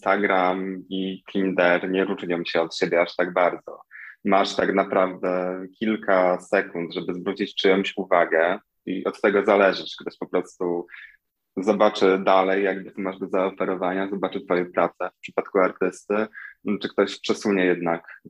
Instagram i Tinder nie różnią się od siebie aż tak bardzo. Masz tak naprawdę kilka sekund, żeby zwrócić czyjąś uwagę i od tego zależy, czy ktoś po prostu zobaczy dalej, jakby ty masz do zaoferowania, zobaczy twoją pracę w przypadku artysty, czy ktoś przesunie jednak.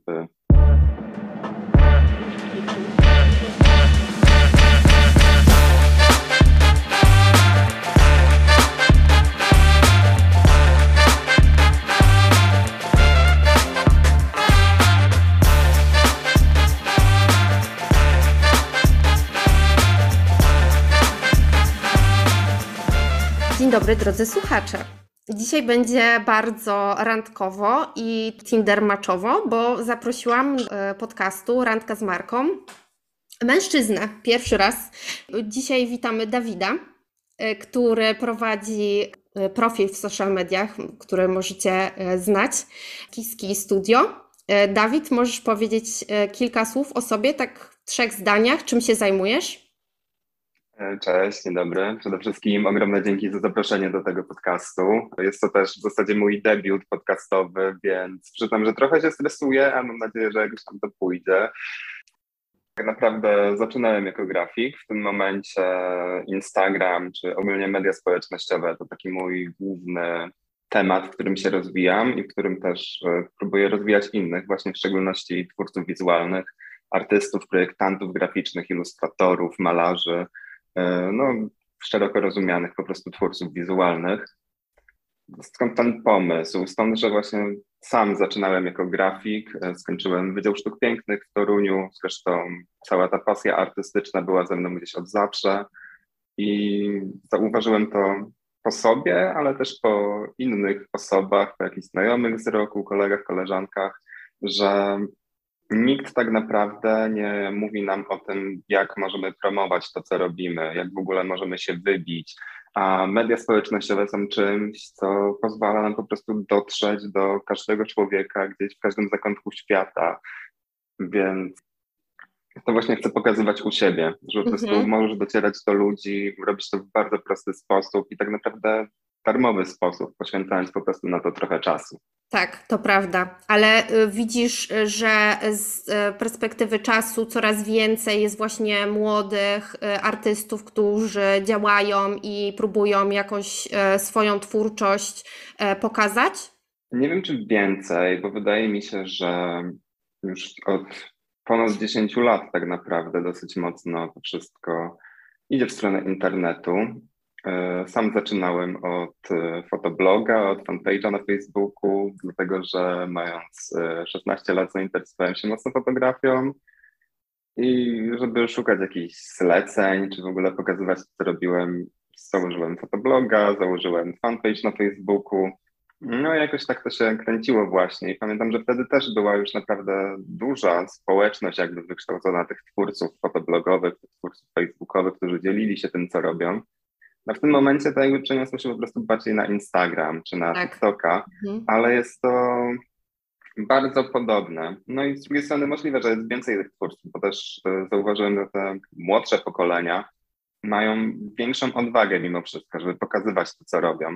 Dzień dobry, drodzy słuchacze. Dzisiaj będzie bardzo randkowo i Tinder matchowo, bo zaprosiłam podcastu Randka z Marką mężczyznę, pierwszy raz. Dzisiaj witamy Dawida, który prowadzi profil w social mediach, który możecie znać, Kiski Studio. Dawid, możesz powiedzieć kilka słów o sobie, tak w 3 zdaniach, czym się zajmujesz? Cześć, dzień dobry. Przede wszystkim ogromne dzięki za zaproszenie do tego podcastu. Jest to też w zasadzie mój debiut podcastowy, więc przyznam, że trochę się stresuję, a mam nadzieję, że jakoś tam to pójdzie. Tak naprawdę zaczynałem jako grafik. W tym momencie Instagram czy ogólnie media społecznościowe to taki mój główny temat, w którym się rozwijam i w którym też próbuję rozwijać innych, właśnie w szczególności twórców wizualnych, artystów, projektantów graficznych, ilustratorów, malarzy, no szeroko rozumianych po prostu twórców wizualnych. Skąd ten pomysł? Stąd, że właśnie sam zaczynałem jako grafik, skończyłem Wydział Sztuk Pięknych w Toruniu, zresztą cała ta pasja artystyczna była ze mną gdzieś od zawsze i zauważyłem to po sobie, ale też po innych osobach, po jakichś znajomych z roku, kolegach, koleżankach, że nikt tak naprawdę nie mówi nam o tym, jak możemy promować to, co robimy, jak w ogóle możemy się wybić, a media społecznościowe są czymś, co pozwala nam po prostu dotrzeć do każdego człowieka gdzieś w każdym zakątku świata, więc to właśnie chcę pokazywać u siebie, że po prostu możesz docierać do ludzi, robić to w bardzo prosty sposób i tak naprawdę darmowy sposób, poświęcając po prostu na to trochę czasu. Tak, to prawda, ale widzisz, że z perspektywy czasu coraz więcej jest właśnie młodych artystów, którzy działają i próbują jakoś swoją twórczość pokazać? Nie wiem, czy więcej, bo wydaje mi się, że już od ponad 10 lat tak naprawdę dosyć mocno to wszystko idzie w stronę internetu. Sam zaczynałem od fotobloga, od fanpage'a na Facebooku, dlatego że mając 16 lat zainteresowałem się mocno fotografią i żeby szukać jakichś zleceń, czy w ogóle pokazywać, co robiłem, założyłem fotobloga, założyłem fanpage na Facebooku. No i jakoś tak to się kręciło właśnie i pamiętam, że wtedy też była już naprawdę duża społeczność jakby wykształcona tych twórców fotoblogowych, tych twórców facebookowych, którzy dzielili się tym, co robią. No w tym momencie to jakby przeniosło się po prostu bardziej na Instagram czy na TikToka, ale jest to bardzo podobne. No i z drugiej strony możliwe, że jest więcej tych twórców, bo też zauważyłem, że te młodsze pokolenia mają większą odwagę mimo wszystko, żeby pokazywać to, co robią.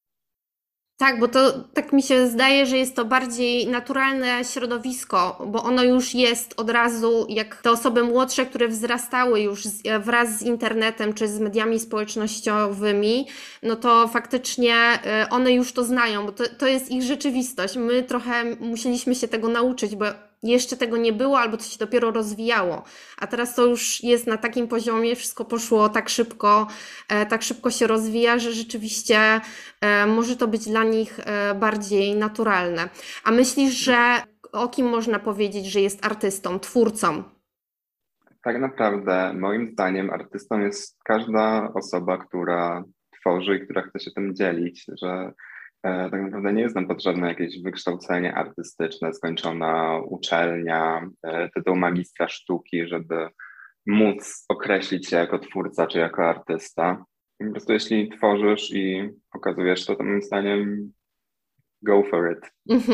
Tak, bo to tak mi się zdaje, że jest to bardziej naturalne środowisko, bo ono już jest od razu, jak te osoby młodsze, które wzrastały już wraz z internetem czy z mediami społecznościowymi, no to faktycznie one już to znają, bo to jest ich rzeczywistość. My trochę musieliśmy się tego nauczyć, bo jeszcze tego nie było albo to się dopiero rozwijało, a teraz to już jest na takim poziomie, wszystko poszło tak szybko się rozwija, że rzeczywiście może to być dla nich bardziej naturalne. A myślisz, że o kim można powiedzieć, że jest artystą, twórcą? Tak naprawdę moim zdaniem artystą jest każda osoba, która tworzy i która chce się tym dzielić, że tak naprawdę nie jest nam potrzebne jakieś wykształcenie artystyczne, skończona uczelnia, tytuł magistra sztuki, żeby móc określić się jako twórca czy jako artysta. Po prostu jeśli tworzysz i pokazujesz to, to moim zdaniem go for it.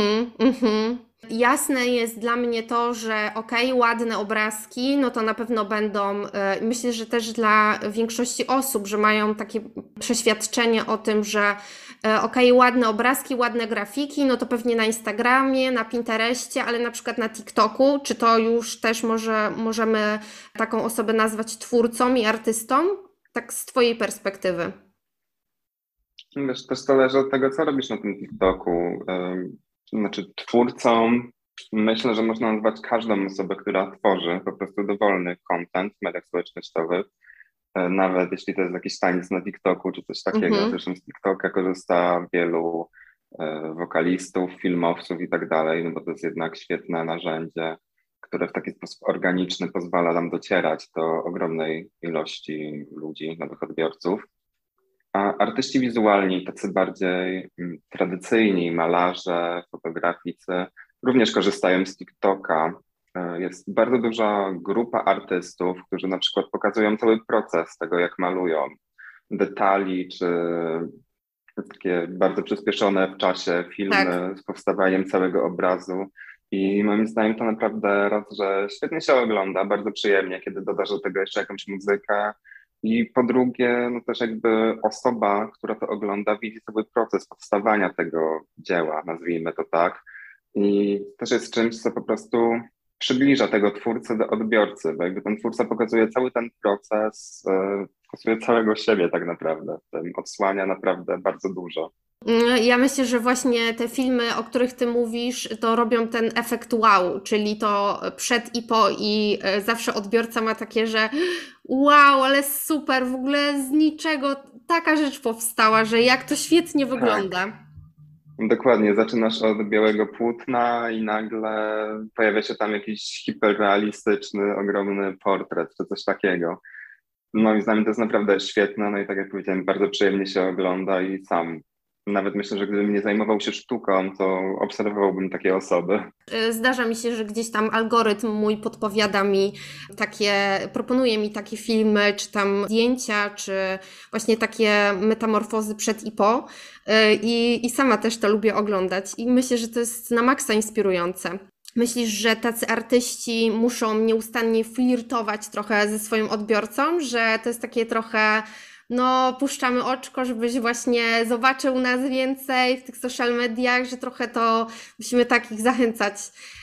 Jasne jest dla mnie to, że ładne obrazki, no to na pewno będą, myślę, że też dla większości osób, że mają takie przeświadczenie o tym, że ładne obrazki, ładne grafiki, no to pewnie na Instagramie, na Pinterestie, ale na przykład na TikToku, czy to już też możemy taką osobę nazwać twórcą i artystą? Tak z twojej perspektywy. Wiesz, też zależy od tego, co robisz na tym TikToku. Znaczy twórcą, myślę, że można nazwać każdą osobę, która tworzy po prostu dowolny content w mediach społecznościowych. Nawet jeśli to jest jakiś taniec na TikToku czy coś takiego. Zresztą z TikToka korzysta wielu wokalistów, filmowców i tak dalej, no bo to jest jednak świetne narzędzie, które w taki sposób organiczny pozwala nam docierać do ogromnej ilości ludzi, nowych odbiorców. A artyści wizualni, tacy bardziej tradycyjni, malarze, fotograficy, również korzystają z TikToka. Jest bardzo duża grupa artystów, którzy na przykład pokazują cały proces tego, jak malują, detali, czy takie bardzo przyspieszone w czasie filmy z powstawaniem całego obrazu. I moim zdaniem to naprawdę raz, że świetnie się ogląda, bardzo przyjemnie, kiedy dodasz do tego jeszcze jakąś muzykę. I po drugie, no też jakby osoba, która to ogląda, widzi cały proces powstawania tego dzieła, nazwijmy to tak. I też jest czymś, co po prostu przybliża tego twórcę do odbiorcy, bo jakby ten twórca pokazuje cały ten proces, pokazuje całego siebie tak naprawdę. W tym odsłania naprawdę bardzo dużo. Ja myślę, że właśnie te filmy, o których ty mówisz, to robią ten efekt wow, czyli to przed i po i zawsze odbiorca ma takie, że wow, ale super, w ogóle z niczego taka rzecz powstała, że jak to świetnie wygląda. Dokładnie, zaczynasz od białego płótna i nagle pojawia się tam jakiś hiperrealistyczny, ogromny portret czy coś takiego. Moim zdaniem to jest naprawdę świetne, no i tak jak powiedziałem, bardzo przyjemnie się ogląda i sam nawet myślę, że gdybym nie zajmował się sztuką, to obserwowałbym takie osoby. Zdarza mi się, że gdzieś tam algorytm mój podpowiada mi proponuje mi takie filmy, czy tam zdjęcia, czy właśnie takie metamorfozy przed i po. I sama też to lubię oglądać. I myślę, że to jest na maksa inspirujące. Myślisz, że tacy artyści muszą nieustannie flirtować trochę ze swoim odbiorcą, że to jest takie trochę no puszczamy oczko, żebyś właśnie zobaczył nas więcej w tych social mediach, że trochę to musimy takich zachęcać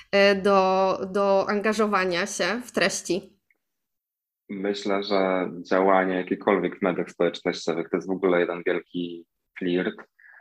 do angażowania się w treści. Myślę, że działanie jakiekolwiek w mediach społecznościowych to jest w ogóle jeden wielki flirt.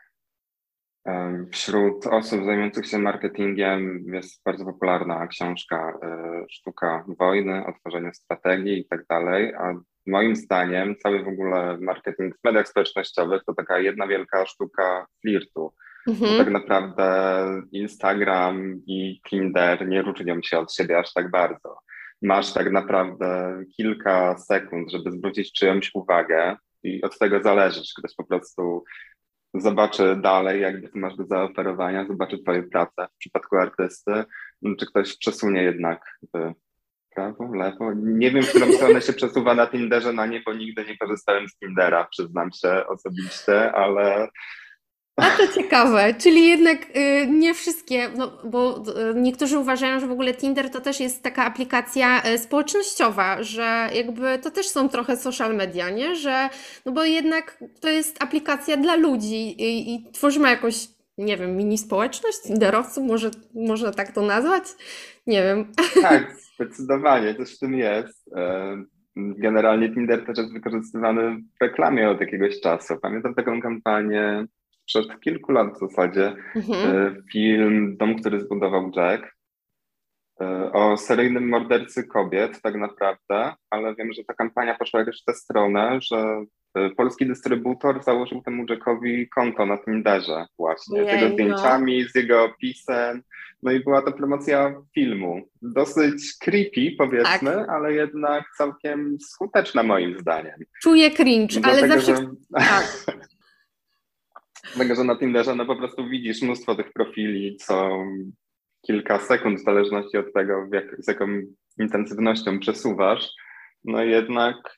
Wśród osób zajmujących się marketingiem jest bardzo popularna książka Sztuka wojny, o tworzeniu strategii i tak dalej, a moim zdaniem cały w ogóle marketing w mediach społecznościowych to taka jedna wielka sztuka flirtu. Bo tak naprawdę Instagram i Tinder nie różnią się od siebie aż tak bardzo. Masz tak naprawdę kilka sekund, żeby zwrócić czyjąś uwagę i od tego zależy, czy ktoś po prostu zobaczy dalej, jakby ty masz do zaoferowania, zobaczy twoje prace w przypadku artysty, czy ktoś przesunie jednak prawo, lewo. Nie wiem, w którą stronę się przesuwa na Tinderze, na nie, bo nigdy nie korzystałem z Tindera, przyznam się osobiście, ale... A to ciekawe, czyli jednak nie wszystkie, no, bo niektórzy uważają, że w ogóle Tinder to też jest taka aplikacja społecznościowa, że jakby to też są trochę social media, nie? Że, no bo jednak to jest aplikacja dla ludzi i tworzymy jakąś, nie wiem, mini społeczność Tinderowców, może tak to nazwać? Nie wiem. Tak, zdecydowanie, coś w tym jest. Generalnie Tinder też jest wykorzystywany w reklamie od jakiegoś czasu. Pamiętam taką kampanię sprzed kilku lat w zasadzie, film Dom, który zbudował Jack, o seryjnym mordercy kobiet tak naprawdę, ale wiem, że ta kampania poszła jakoś w tę stronę, że polski dystrybutor założył temu Jackowi konto na Tinderze właśnie, z jego zdjęciami, z jego opisem, no i była to promocja filmu. Dosyć creepy powiedzmy, tak, ale jednak całkiem skuteczna moim zdaniem. Czuję cringe, ale zawsze... Tak. Dlatego, że na Tinderze no po prostu widzisz mnóstwo tych profili, co kilka sekund w zależności od tego, z jaką intensywnością przesuwasz, no jednak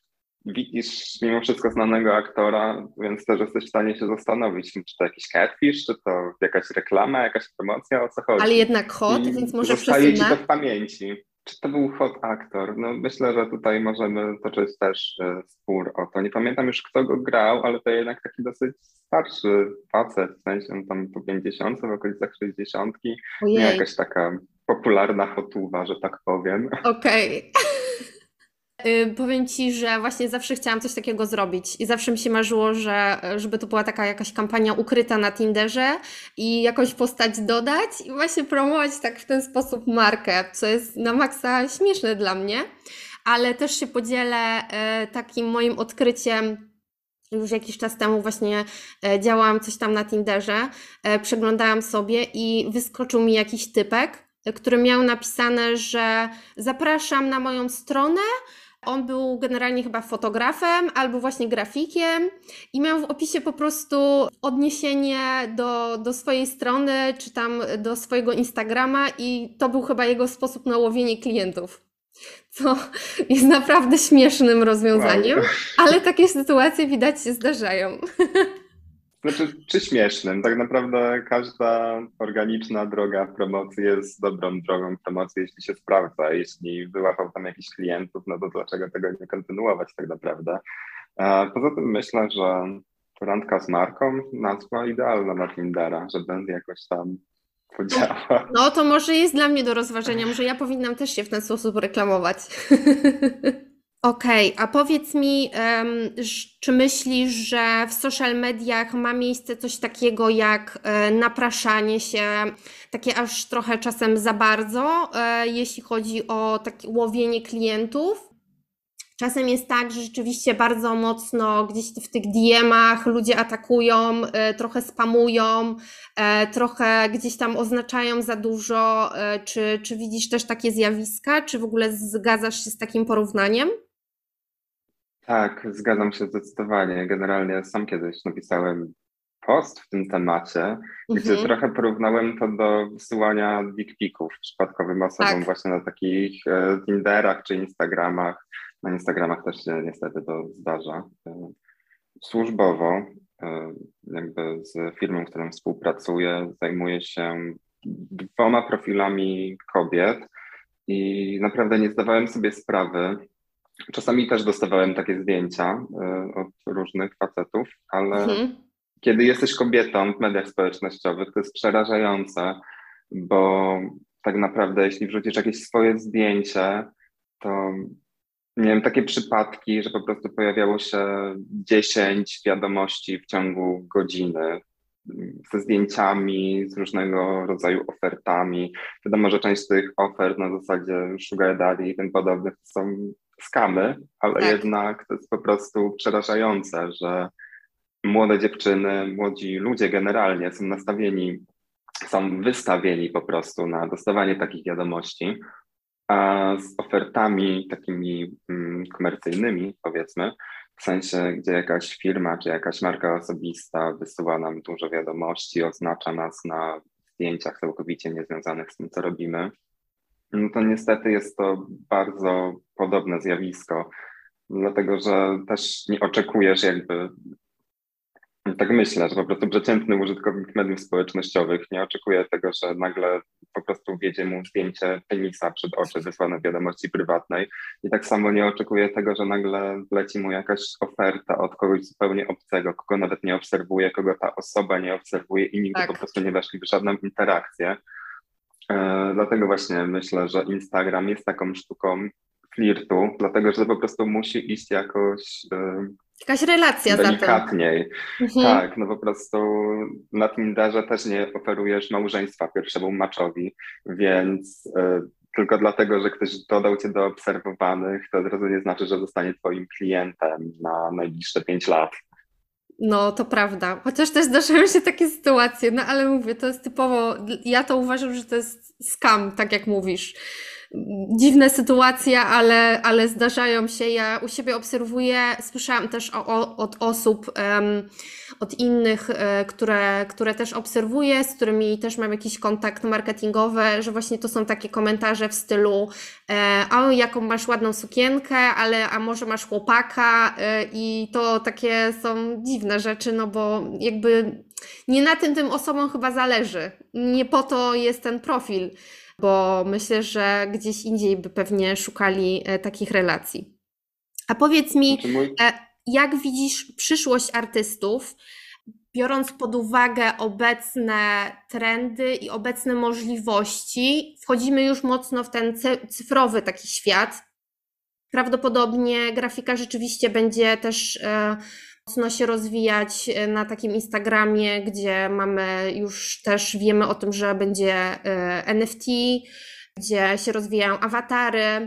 widzisz mimo wszystko znanego aktora, więc też jesteś w stanie się zastanowić, czy to jakiś catfish, czy to jakaś reklama, jakaś promocja, o co Ale chodzi. jednak hot, I więc może zostaje ci to przesunę. w pamięci. Czy to był hot aktor? No myślę, że tutaj możemy toczyć też spór o to. Nie pamiętam już, kto go grał, ale to jednak taki dosyć starszy facet, w sensie on tam po 50, w okolicach 60. Nie Ojej, jakaś taka popularna hotuwa, że tak powiem. okej. Powiem ci, że właśnie zawsze chciałam coś takiego zrobić i zawsze mi się marzyło, żeby to była taka jakaś kampania ukryta na Tinderze i jakąś postać dodać i właśnie promować tak w ten sposób markę, co jest na maksa śmieszne dla mnie, ale też się podzielę takim moim odkryciem. Już jakiś czas temu właśnie działałam coś tam na Tinderze, przeglądałam sobie i wyskoczył mi jakiś typek, który miał napisane, że zapraszam na moją stronę. On był generalnie chyba fotografem albo właśnie grafikiem i miał w opisie po prostu odniesienie do swojej strony czy tam do swojego Instagrama i to był chyba jego sposób na łowienie klientów. Co jest naprawdę śmiesznym Wow. rozwiązaniem, ale takie sytuacje widać się zdarzają. Znaczy, czy śmiesznym? Tak naprawdę każda organiczna droga promocji jest dobrą drogą promocji, jeśli się sprawdza. Jeśli wyłapał tam jakichś klientów, no to dlaczego tego nie kontynuować tak naprawdę? Poza tym myślę, że randka z marką nazwa idealna na Tindera, żeby jakoś tam podziała. No to może jest dla mnie do rozważenia, może ja powinnam też się w ten sposób reklamować. Okej, a powiedz mi, czy myślisz, że w social mediach ma miejsce coś takiego jak napraszanie się, takie aż trochę czasem za bardzo, jeśli chodzi o takie łowienie klientów? Czasem jest tak, że rzeczywiście bardzo mocno gdzieś w tych DM-ach ludzie atakują, trochę spamują, trochę gdzieś tam oznaczają za dużo. Czy widzisz też takie zjawiska? Czy w ogóle zgadzasz się z takim porównaniem? Tak, zgadzam się zdecydowanie. Generalnie sam kiedyś napisałem post w tym temacie, gdzie Mhm, trochę porównałem to do wysyłania dick piców przypadkowym osobom tak, właśnie na takich Tinderach czy Instagramach. Na Instagramach też się niestety to zdarza. Służbowo, jakby z firmą, z którą współpracuję, zajmuję się 2 profilami kobiet i naprawdę nie zdawałem sobie sprawy. Czasami też dostawałem takie zdjęcia od różnych facetów, ale mhm, kiedy jesteś kobietą w mediach społecznościowych, to jest przerażające, bo tak naprawdę jeśli wrzucisz jakieś swoje zdjęcie, to miałem takie przypadki, że po prostu pojawiało się 10 wiadomości w ciągu godziny ze zdjęciami, z różnego rodzaju ofertami. Wiadomo, że część z tych ofert na zasadzie Sugar Daddy i tym podobnych to są skamy, ale tak. jednak to jest po prostu przerażające, że młode dziewczyny, młodzi ludzie generalnie są wystawieni po prostu na dostawanie takich wiadomości, a z ofertami takimi komercyjnymi, powiedzmy, w sensie, gdzie jakaś firma czy jakaś marka osobista wysyła nam dużo wiadomości, oznacza nas na zdjęciach całkowicie niezwiązanych z tym, co robimy, no to niestety jest to bardzo podobne zjawisko, dlatego że też nie oczekujesz jakby. Tak myślę, że po prostu przeciętny użytkownik mediów społecznościowych nie oczekuje tego, że nagle po prostu wjedzie mu zdjęcie penisa przed oczy wysłane w wiadomości prywatnej i tak samo nie oczekuje tego, że nagle leci mu jakaś oferta od kogoś zupełnie obcego, kogo nawet nie obserwuje, kogo ta osoba nie obserwuje i nigdy po Tak. prostu nie weszli w żadną interakcję. Dlatego właśnie myślę, że Instagram jest taką sztuką flirtu, dlatego że po prostu musi iść jakoś Jakaś relacja za tym. delikatniej. Mhm. Tak, no po prostu na Tinderze też nie oferujesz małżeństwa pierwszemu maczowi, więc tylko dlatego, że ktoś dodał cię do obserwowanych, to od razu nie znaczy, że zostanie twoim klientem na najbliższe 5 lat. No, to prawda. Chociaż też zdarzają się takie sytuacje, no ale mówię, to jest typowo, ja to uważam, że to jest scam, tak jak mówisz. dziwne sytuacje, ale zdarzają się. Ja u siebie obserwuję, słyszałam też od osób, od innych, które też obserwuję, z którymi też mam jakiś kontakt marketingowy, że właśnie to są takie komentarze w stylu o, jaką masz ładną sukienkę, a może masz chłopaka, i to takie są dziwne rzeczy, no bo jakby nie na tym osobom chyba zależy. Nie po to jest ten profil, bo myślę, że gdzieś indziej by pewnie szukali takich relacji. A powiedz mi, Znaczy mój jak widzisz przyszłość artystów, biorąc pod uwagę obecne trendy i obecne możliwości? Wchodzimy już mocno w ten cyfrowy taki świat. Prawdopodobnie grafika rzeczywiście będzie też mocno się rozwijać na takim Instagramie, gdzie mamy już też, wiemy o tym, że będzie NFT, gdzie się rozwijają awatary.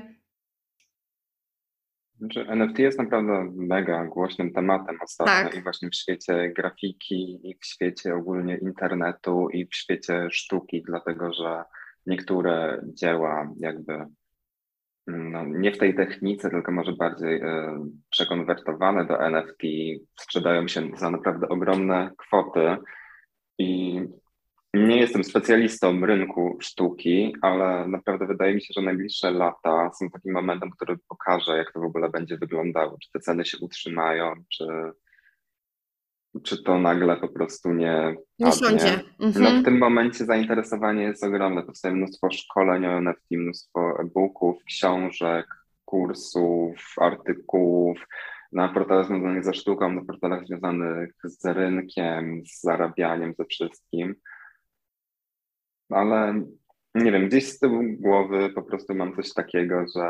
Znaczy NFT jest naprawdę mega głośnym tematem ostatnio i Tak, właśnie w świecie grafiki, i w świecie ogólnie internetu, i w świecie sztuki, dlatego że niektóre dzieła jakby no, nie w tej technice, tylko może bardziej przekonwertowane do NFT sprzedają się za naprawdę ogromne kwoty i nie jestem specjalistą rynku sztuki, ale naprawdę wydaje mi się, że najbliższe lata są takim momentem, który pokaże, jak to w ogóle będzie wyglądało, czy te ceny się utrzymają, czy to nagle po prostu nie nie padnie. siądzie. No w Mhm. tym momencie zainteresowanie jest ogromne. Powstaje mnóstwo szkoleń o NFT, mnóstwo e-booków, książek, kursów, artykułów na portalach związanych ze sztuką, na portalach związanych z rynkiem, z zarabianiem, ze wszystkim. Ale nie wiem, gdzieś z tyłu głowy po prostu mam coś takiego, że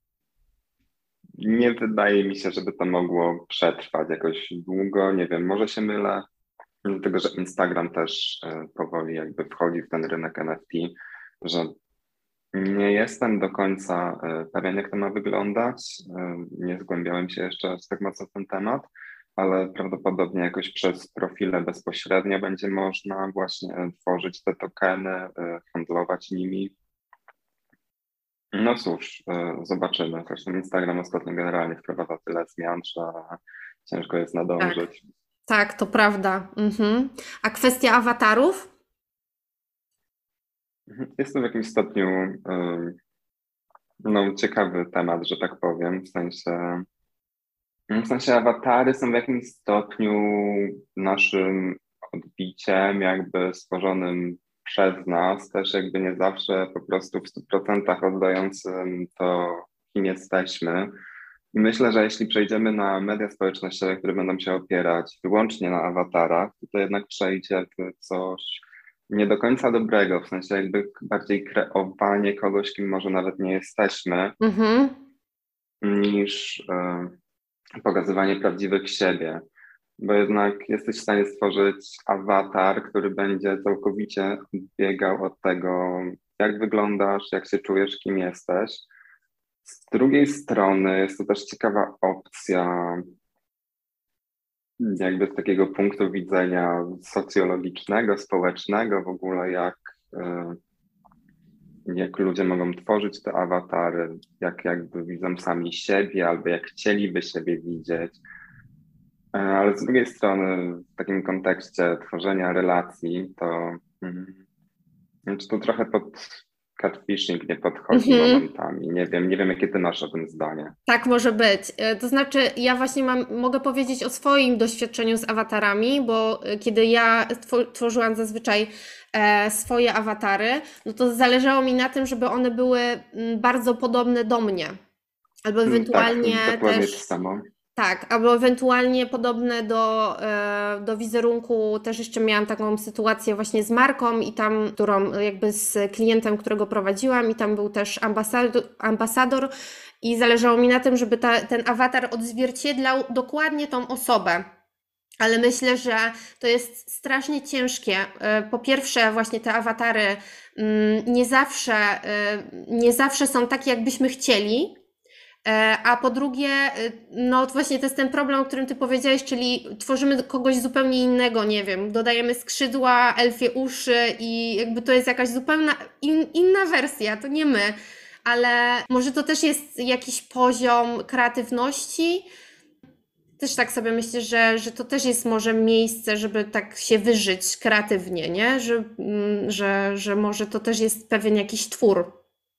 nie wydaje mi się, żeby to mogło przetrwać jakoś długo. Nie wiem, może się mylę, dlatego że Instagram też powoli jakby wchodzi w ten rynek NFT, że nie jestem do końca pewien, jak to ma wyglądać. Nie zgłębiałem się jeszcze aż tak mocno w ten temat, ale prawdopodobnie jakoś przez profile bezpośrednio będzie można właśnie tworzyć te tokeny, handlować nimi. No cóż, zobaczymy. Zresztą Instagram ostatnio generalnie wprowadza tyle zmian, że ciężko jest Tak, nadążyć. tak, to prawda. Mhm. A kwestia awatarów? Jest to w jakimś stopniu no, ciekawy temat, że tak powiem, w sensie awatary są w jakimś stopniu naszym odbiciem jakby stworzonym przez nas, też jakby nie zawsze po prostu w 100% oddającym to, kim jesteśmy. I myślę, że jeśli przejdziemy na media społecznościowe, które będą się opierać wyłącznie na awatarach, to jednak przejdzie w coś nie do końca dobrego, w sensie jakby bardziej kreowanie kogoś, kim może nawet nie jesteśmy, Mhm. niż pokazywanie prawdziwych siebie, bo jednak jesteś w stanie stworzyć awatar, który będzie całkowicie odbiegał od tego, jak wyglądasz, jak się czujesz, kim jesteś. Z drugiej strony jest to też ciekawa opcja, jakby z takiego punktu widzenia socjologicznego, społecznego w ogóle, jak ludzie mogą tworzyć te awatary, jak jakby widzą sami siebie, albo jak chcieliby siebie widzieć. Ale z drugiej strony, w takim kontekście tworzenia relacji, to znaczy to trochę pod catfishing nie podchodzi Mhm. momentami. Nie wiem, jakie ty masz o tym zdanie. Tak może być. To znaczy, ja właśnie mogę powiedzieć o swoim doświadczeniu z awatarami, bo kiedy ja tworzyłam zazwyczaj swoje awatary, no to zależało mi na tym, żeby one były bardzo podobne do mnie. Albo Tak, ewentualnie dokładnie to też, samo. tak, albo ewentualnie podobne do wizerunku. Też jeszcze miałam taką sytuację właśnie z marką i tam, którą jakby z klientem, którego prowadziłam, i tam był też ambasador i zależało mi na tym, żeby ten awatar odzwierciedlał dokładnie tą osobę. Ale myślę, że to jest strasznie ciężkie. Po pierwsze, właśnie te awatary nie zawsze są takie, jakbyśmy chcieli. A po drugie, no właśnie to jest ten problem, o którym ty powiedziałeś, czyli tworzymy kogoś zupełnie innego, nie wiem, dodajemy skrzydła, elfie uszy i jakby to jest jakaś zupełna inna wersja, to nie my. ale może to też jest jakiś poziom kreatywności. Też tak sobie myślę, że to też jest może miejsce, żeby tak się wyżyć kreatywnie, nie? Że może to też jest pewien jakiś twór.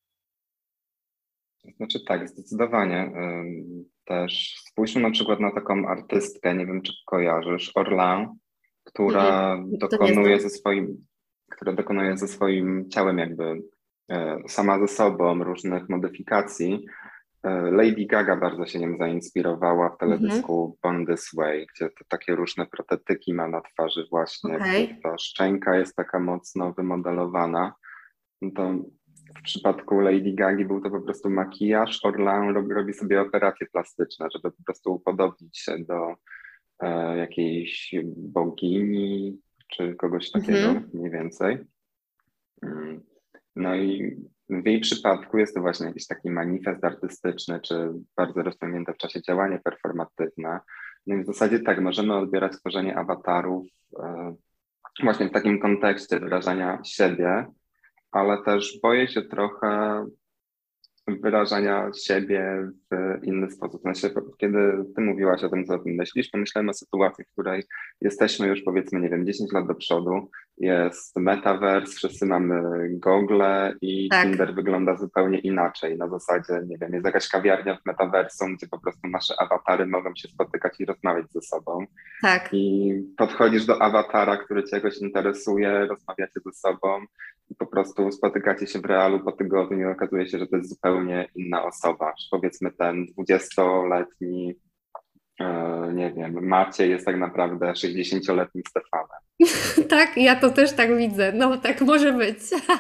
Znaczy tak, zdecydowanie. Też spójrzmy na przykład na taką artystkę, nie wiem czy kojarzysz, Orlan, Mm, która to nie dokonuje znam. ze swoim, która dokonuje ze swoim ciałem jakby sama ze sobą różnych modyfikacji. Lady Gaga bardzo się nim zainspirowała w Mhm. teledysku Born This Way, gdzie to takie różne protetyki ma na twarzy właśnie, gdzie Okej. ta szczęka jest taka mocno wymodelowana. No to w przypadku Lady Gagi był to po prostu makijaż. Orlan robi sobie operacje plastyczne, żeby po prostu upodobnić się do jakiejś bogini czy kogoś takiego Mhm. mniej więcej. Mm. No i w jej przypadku jest to właśnie jakiś taki manifest artystyczny, czy bardzo rozciągnięte w czasie działanie performatywne. No i w zasadzie tak, możemy odbierać tworzenie awatarów właśnie w takim kontekście wyrażania siebie, ale też boję się trochę wyrażania siebie w inny sposób. W sensie, kiedy ty mówiłaś o tym, co o tym myślisz, pomyślałem o sytuacji, w której jesteśmy już powiedzmy, nie wiem, 10 lat do przodu, jest metaverse, wszyscy mamy gogle i Tak, Tinder wygląda zupełnie inaczej. Na zasadzie, nie wiem, jest jakaś kawiarnia w metaversum, gdzie po prostu nasze awatary mogą się spotykać i rozmawiać ze sobą. tak. I podchodzisz do awatara, który cię jakoś interesuje, rozmawiacie ze sobą i po prostu spotykacie się w realu po tygodniu i okazuje się, że to jest zupełnie inna osoba. Że powiedzmy ten 20-letni, nie wiem, Maciej jest tak naprawdę 60-letnim Stefanem. Tak, ja to też tak widzę. No, tak może być.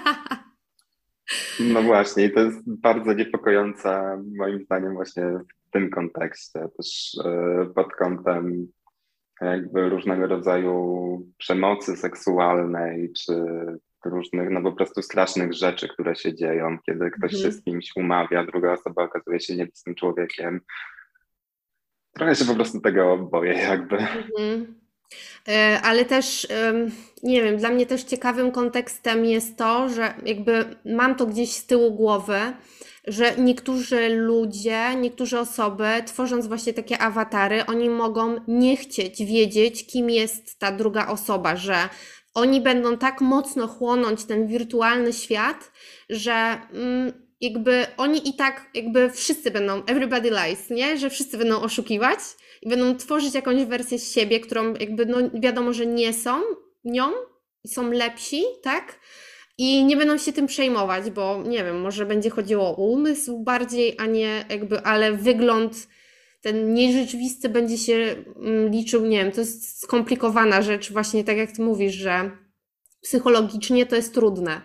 No właśnie, i to jest bardzo niepokojące moim zdaniem właśnie w tym kontekście, też pod kątem jakby różnego rodzaju przemocy seksualnej, czy różnych, no po prostu strasznych rzeczy, które się dzieją, kiedy ktoś się Mhm. z kimś umawia, druga osoba okazuje się nie być z tym człowiekiem. Trochę się po prostu tego boję jakby. Mhm. Ale też, nie wiem, dla mnie też ciekawym kontekstem jest to, że jakby mam to gdzieś z tyłu głowy, że niektórzy ludzie, niektóre osoby, tworząc właśnie takie awatary, oni mogą nie chcieć wiedzieć, kim jest ta druga osoba, że oni będą tak mocno chłonąć ten wirtualny świat, że jakby oni i tak, jakby wszyscy będą, everybody lies, nie? Że wszyscy będą oszukiwać i będą tworzyć jakąś wersję z siebie, którą jakby no wiadomo, że nie są nią i są lepsi, tak? I nie będą się tym przejmować, bo nie wiem, może będzie chodziło o umysł bardziej, a nie jakby, ale wygląd ten nierzeczywisty będzie się liczył, nie wiem, to jest skomplikowana rzecz, właśnie tak jak ty mówisz, że psychologicznie to jest trudne.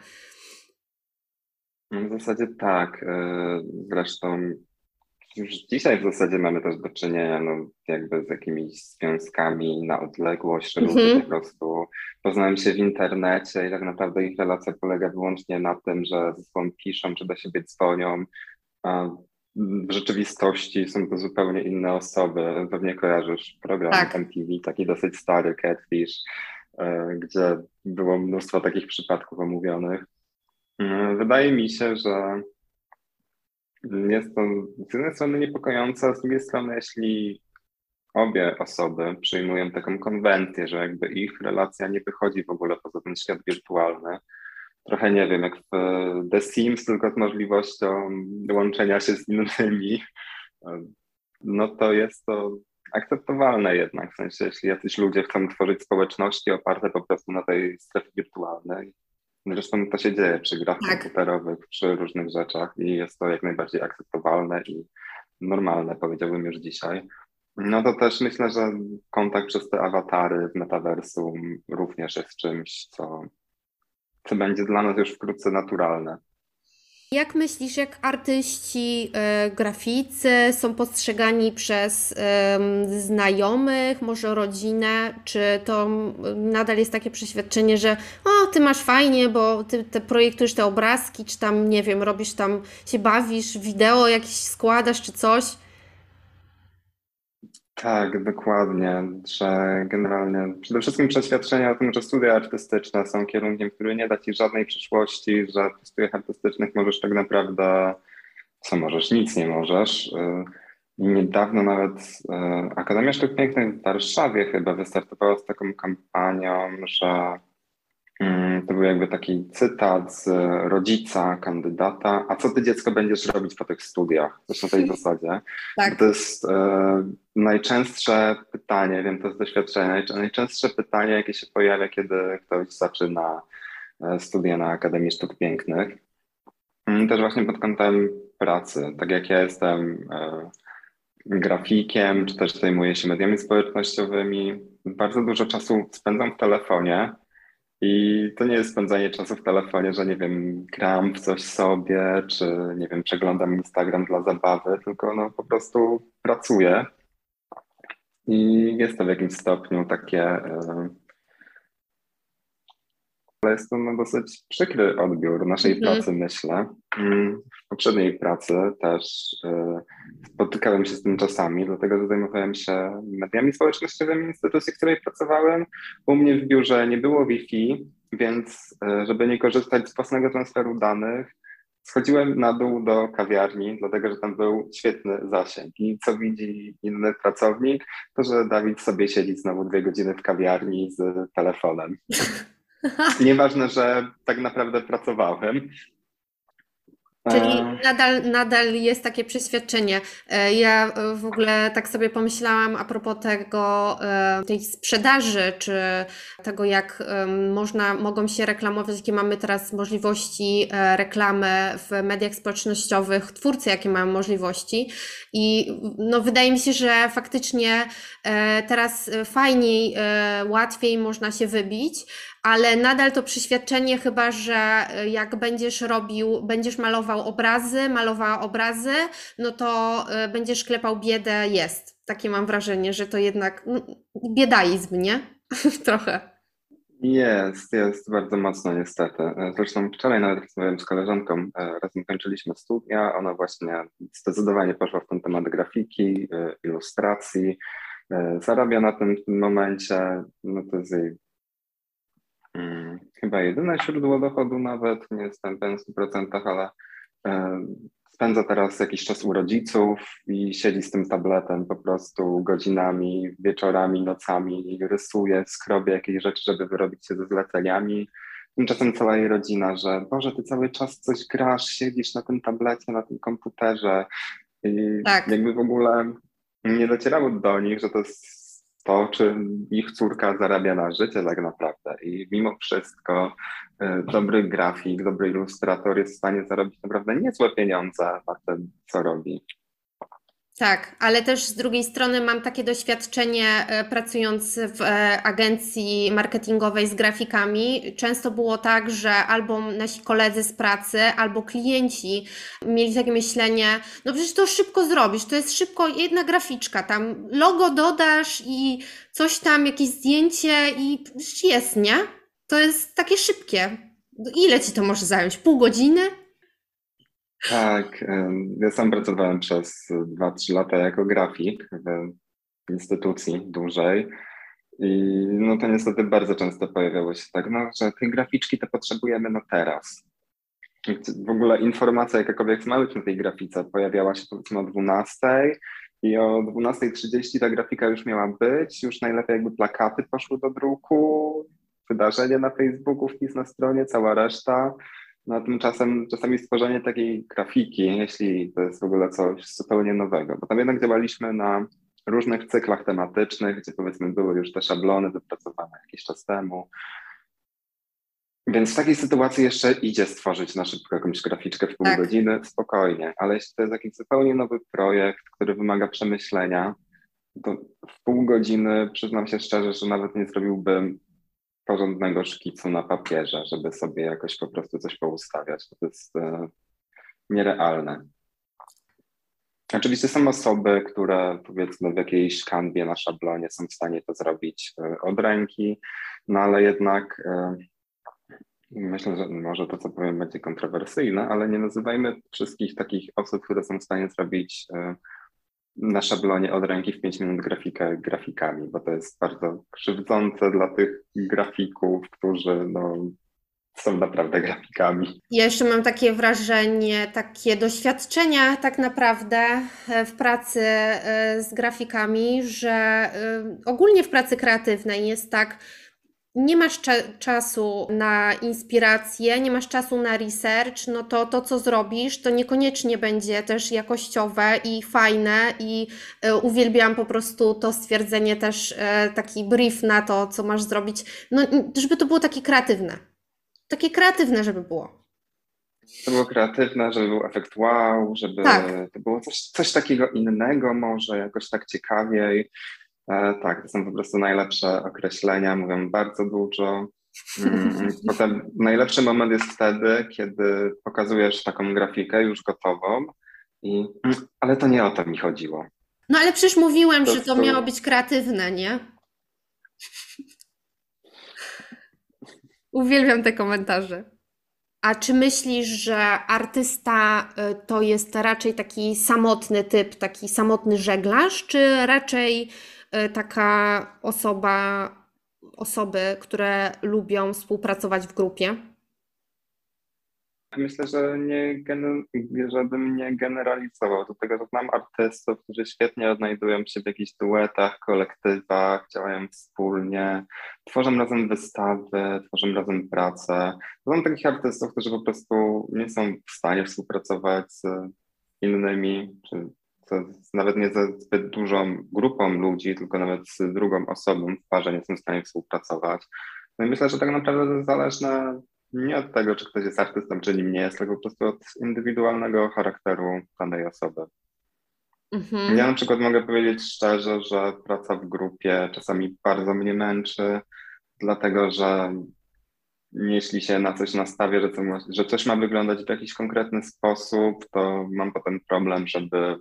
No w zasadzie tak. Zresztą już dzisiaj w zasadzie mamy też do czynienia no, jakby z jakimiś związkami na odległość, że ludzie po Mhm. prostu poznają się w internecie i tak naprawdę ich relacja polega wyłącznie na tym, że ze sobą piszą czy do siebie dzwonią, a w rzeczywistości są to zupełnie inne osoby. Pewnie kojarzysz program Tak. MTV, taki dosyć stary, Catfish, gdzie było mnóstwo takich przypadków omówionych. Wydaje mi się, że jest to z jednej strony niepokojące, a z drugiej strony, jeśli obie osoby przyjmują taką konwencję, że jakby ich relacja nie wychodzi w ogóle poza ten świat wirtualny, trochę nie wiem, jak w The Sims, tylko z możliwością łączenia się z innymi, no to jest to akceptowalne jednak, w sensie jeśli jacyś ludzie chcą tworzyć społeczności oparte po prostu na tej strefie wirtualnej. Zresztą to się dzieje przy grach Tak. komputerowych, przy różnych rzeczach i jest to jak najbardziej akceptowalne i normalne, powiedziałbym już dzisiaj. No to też myślę, że kontakt przez te awatary w metaversum również jest czymś, co będzie dla nas już wkrótce naturalne. Jak myślisz, jak artyści, graficy są postrzegani przez znajomych, może rodzinę? Czy to nadal jest takie przeświadczenie, że o, ty masz fajnie, bo ty te projektujesz te obrazki, czy tam, nie wiem, robisz tam, się bawisz, wideo jakieś składasz, czy coś? Tak, dokładnie, że generalnie przede wszystkim przeświadczenie o tym, że studia artystyczne są kierunkiem, który nie da ci żadnej przyszłości, że po studiach artystycznych możesz tak naprawdę co możesz, nic nie możesz. Niedawno nawet Akademia Sztuk Pięknych w Warszawie chyba wystartowała z taką kampanią, że to był jakby taki cytat z rodzica, kandydata. A co ty, dziecko, będziesz robić po tych studiach? Coś na tej zasadzie. Bo to Tak. jest najczęstsze pytanie, wiem to z doświadczenia, najczęstsze pytanie, jakie się pojawia, kiedy ktoś zaczyna studia na Akademii Sztuk Pięknych. Też właśnie pod kątem pracy. Tak jak ja jestem grafikiem, czy też zajmuję się mediami społecznościowymi, bardzo dużo czasu spędzam w telefonie. I to nie jest spędzanie czasu w telefonie, że nie wiem, gram w coś sobie, czy nie wiem, przeglądam Instagram dla zabawy, tylko no po prostu pracuję i jest to w jakimś stopniu takie, ale jest to no dosyć przykry odbiór naszej pracy, Mhm. myślę. W poprzedniej pracy też spotykałem się z tym czasami, dlatego że zajmowałem się mediami społecznościowymi instytucji, w której pracowałem. U mnie w biurze nie było Wi-Fi, więc żeby nie korzystać z własnego transferu danych, schodziłem na dół do kawiarni, dlatego że tam był świetny zasięg. I co widzi inny pracownik, to że Dawid sobie siedzi znowu 2 godziny w kawiarni z telefonem. Nieważne, że tak naprawdę pracowałem. Czyli E, nadal jest takie przeświadczenie. Ja w ogóle tak sobie pomyślałam a propos tego, tej sprzedaży, czy tego, jak mogą się reklamować, jakie mamy teraz możliwości reklamy w mediach społecznościowych, twórcy, jakie mają możliwości. I no, wydaje mi się, że faktycznie teraz fajniej, łatwiej można się wybić, ale nadal to przeświadczenie chyba, że jak będziesz malował obrazy, malowała obrazy, no to będziesz klepał biedę, jest. Takie mam wrażenie, że to jednak biedaizm, nie? Trochę. jest bardzo mocno niestety. Zresztą wczoraj nawet rozmawiałem z koleżanką, razem kończyliśmy studia, ona właśnie zdecydowanie poszła w ten temat grafiki, ilustracji, zarabia na tym w tym momencie, no to jest jej chyba jedyne źródło dochodu nawet, nie jestem pewien w 100%, ale e, spędza teraz jakiś czas u rodziców i siedzi z tym tabletem po prostu godzinami, wieczorami, nocami, rysuje, skrobie jakieś rzeczy, żeby wyrobić się ze zleceniami. Tymczasem cała jej rodzina, że Boże, ty cały czas coś grasz, siedzisz na tym tablecie, na tym komputerze i Tak. jakby w ogóle nie docierało do nich, że to jest to, czym ich córka zarabia na życie tak naprawdę. I mimo wszystko dobry grafik, dobry ilustrator jest w stanie zarobić naprawdę niezłe pieniądze na tym, co robi. Tak, ale też z drugiej strony mam takie doświadczenie pracując w agencji marketingowej z grafikami. Często było tak, że albo nasi koledzy z pracy, albo klienci mieli takie myślenie, no przecież to szybko zrobisz, to jest szybko jedna graficzka, tam logo dodasz i coś tam, jakieś zdjęcie i przecież jest, nie? To jest takie szybkie. Ile ci to może zająć? Pół godziny? Tak, ja sam pracowałem przez 2-3 lata jako grafik w instytucji dużej. I no to niestety bardzo często pojawiało się tak, no, że tej graficzki to potrzebujemy na teraz. W ogóle informacja jakakolwiek ma być na tej grafice pojawiała się powiedzmy o 12 i o 12:30 ta grafika już miała być, już najlepiej jakby plakaty poszły do druku, wydarzenie na Facebooku, wpis na stronie, cała reszta. No a tymczasem czasami stworzenie takiej grafiki, jeśli to jest w ogóle coś zupełnie nowego, bo tam jednak działaliśmy na różnych cyklach tematycznych, gdzie powiedzmy były już te szablony wypracowane jakiś czas temu, więc w takiej sytuacji jeszcze idzie stworzyć na szybko jakąś graficzkę w pół Tak. godziny, spokojnie, ale jeśli to jest jakiś zupełnie nowy projekt, który wymaga przemyślenia, to w pół godziny przyznam się szczerze, że nawet nie zrobiłbym porządnego szkicu na papierze, żeby sobie jakoś po prostu coś poustawiać. To jest nierealne. Oczywiście są osoby, które powiedzmy w jakiejś kanwie na szablonie są w stanie to zrobić od ręki, no ale jednak myślę, że może to, co powiem, będzie kontrowersyjne, ale nie nazywajmy wszystkich takich osób, które są w stanie zrobić na szablonie od ręki w 5 minut grafikę grafikami, bo to jest bardzo krzywdzące dla tych grafików, którzy no, są naprawdę grafikami. Ja jeszcze mam takie wrażenie, takie doświadczenia tak naprawdę w pracy z grafikami, że ogólnie w pracy kreatywnej jest tak, nie masz czasu na inspirację, nie masz czasu na research, no to co zrobisz, to niekoniecznie będzie też jakościowe i fajne i uwielbiam po prostu to stwierdzenie też, taki brief na to, co masz zrobić, no żeby to było takie kreatywne, żeby było. To było kreatywne, żeby był efekt wow, żeby Tak. to było coś takiego innego może, jakoś tak ciekawiej. Tak, to są po prostu najlepsze określenia, mówią bardzo dużo. Potem najlepszy moment jest wtedy, kiedy pokazujesz taką grafikę już gotową ale to nie o to mi chodziło. No ale przecież mówiłem, Po że to miało prostu być kreatywne, nie? Uwielbiam te komentarze. A czy myślisz, że artysta to jest raczej taki samotny typ, taki samotny żeglarz, czy raczej taka osoby, które lubią współpracować w grupie? myślę, że żebym nie generalizował. Do tego, że znam artystów, którzy świetnie odnajdują się w jakichś duetach, kolektywach, działają wspólnie, tworzą razem wystawy, tworzą razem pracę. Znam takich artystów, którzy po prostu nie są w stanie współpracować z innymi, nawet nie ze zbyt dużą grupą ludzi, tylko nawet z drugą osobą w parze nie są w stanie współpracować. No i myślę, że tak naprawdę to jest zależne nie od tego, czy ktoś jest artystą, czy nim nie jest, tylko po prostu od indywidualnego charakteru danej osoby. Ja Mhm. na przykład mogę powiedzieć szczerze, że praca w grupie czasami bardzo mnie męczy, dlatego że jeśli się na coś nastawię, że coś ma wyglądać w jakiś konkretny sposób, to mam potem problem, żeby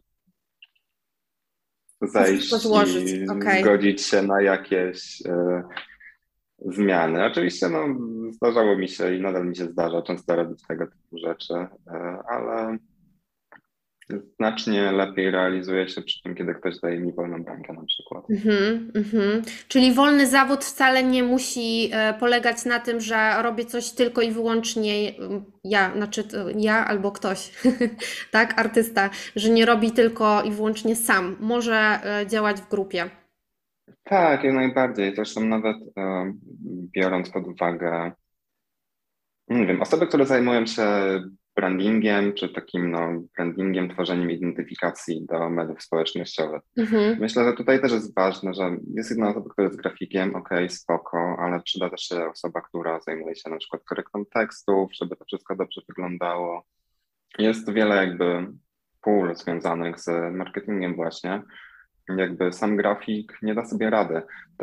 To wszystko zejść złożyć, i okej. zgodzić się na jakieś zmiany. Oczywiście no, zdarzało mi się i nadal mi się zdarza często robić tego typu rzeczy, ale znacznie lepiej realizuje się przy tym, kiedy ktoś daje mi wolną rękę na przykład. Mhm, mhm. Czyli wolny zawód wcale nie musi polegać na tym, że robię coś tylko i wyłącznie ja, znaczy ja albo ktoś, tak, artysta, że nie robi tylko i wyłącznie sam, może działać w grupie. Tak, jak najbardziej. Zresztą nawet biorąc pod uwagę, nie wiem, osoby, które zajmują się brandingiem, czy takim no, brandingiem, tworzeniem identyfikacji do mediów społecznościowych. Mhm, Myślę, że tutaj też jest ważne, że jest jedna osoba, która jest grafikiem, okej, spoko, ale przyda też się osoba, która zajmuje się na przykład korektą tekstów, żeby to wszystko dobrze wyglądało. Jest wiele jakby pól związanych z marketingiem właśnie. Jakby sam grafik nie da sobie rady.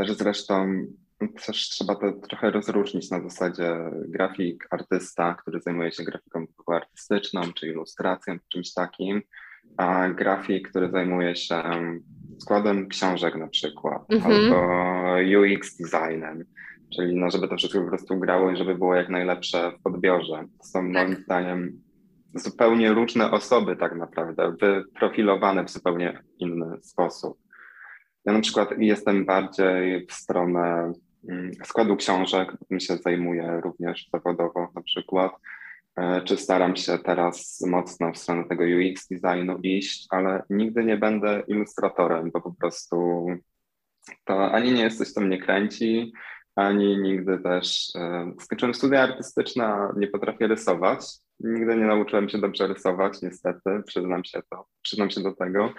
Też trzeba to trochę rozróżnić na zasadzie grafik, artysta, który zajmuje się grafiką typowo artystyczną, czy ilustracją, czy czymś takim, a grafik, który zajmuje się składem książek na przykład, albo mhm, UX designem, czyli no, żeby to wszystko po prostu grało i żeby było jak najlepsze w odbiorze. To są moim tak. zdaniem zupełnie różne osoby tak naprawdę, wyprofilowane w zupełnie inny sposób. Ja na przykład jestem bardziej w stronę składu książek, tym się zajmuję również zawodowo na przykład, czy staram się teraz mocno w stronę tego UX designu iść, ale nigdy nie będę ilustratorem, bo po prostu to ani nie jest coś, co mnie kręci, ani nigdy też skończyłem studia artystyczne, a nie potrafię rysować. Nigdy nie nauczyłem się dobrze rysować, niestety, przyznam się do tego.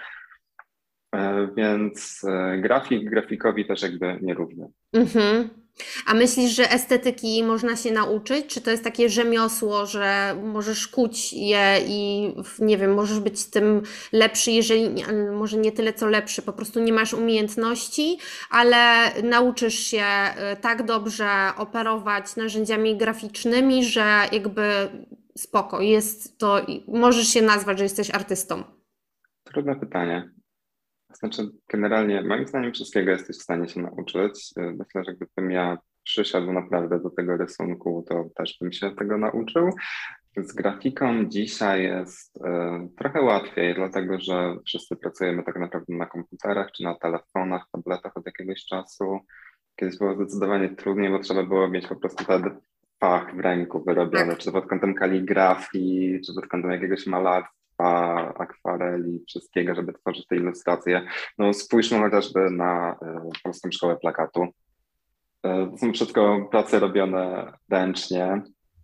Więc grafik grafikowi też jakby nierówny. Mhm. A myślisz, że estetyki można się nauczyć? Czy to jest takie rzemiosło, że możesz kuć je i nie wiem, możesz być z tym lepszy, jeżeli może nie tyle co lepszy, po prostu nie masz umiejętności, ale nauczysz się tak dobrze operować narzędziami graficznymi, że jakby spoko, jest to, możesz się nazwać, że jesteś artystą. Trudne pytanie. Znaczy, generalnie moim zdaniem wszystkiego jesteś w stanie się nauczyć. Myślę, że gdybym ja przysiadł naprawdę do tego rysunku, to też bym się tego nauczył. Z grafiką dzisiaj jest trochę łatwiej, dlatego że wszyscy pracujemy tak naprawdę na komputerach czy na telefonach, tabletach od jakiegoś czasu. Kiedyś było zdecydowanie trudniej, bo trzeba było mieć po prostu te fach w ręku wyrobiony, Tak. czy pod kątem kaligrafii, czy pod kątem jakiegoś malarstwa, akwareli, wszystkiego, żeby tworzyć te ilustracje. No spójrzmy chociażby na Polską Szkołę Plakatu. To są wszystko prace robione ręcznie,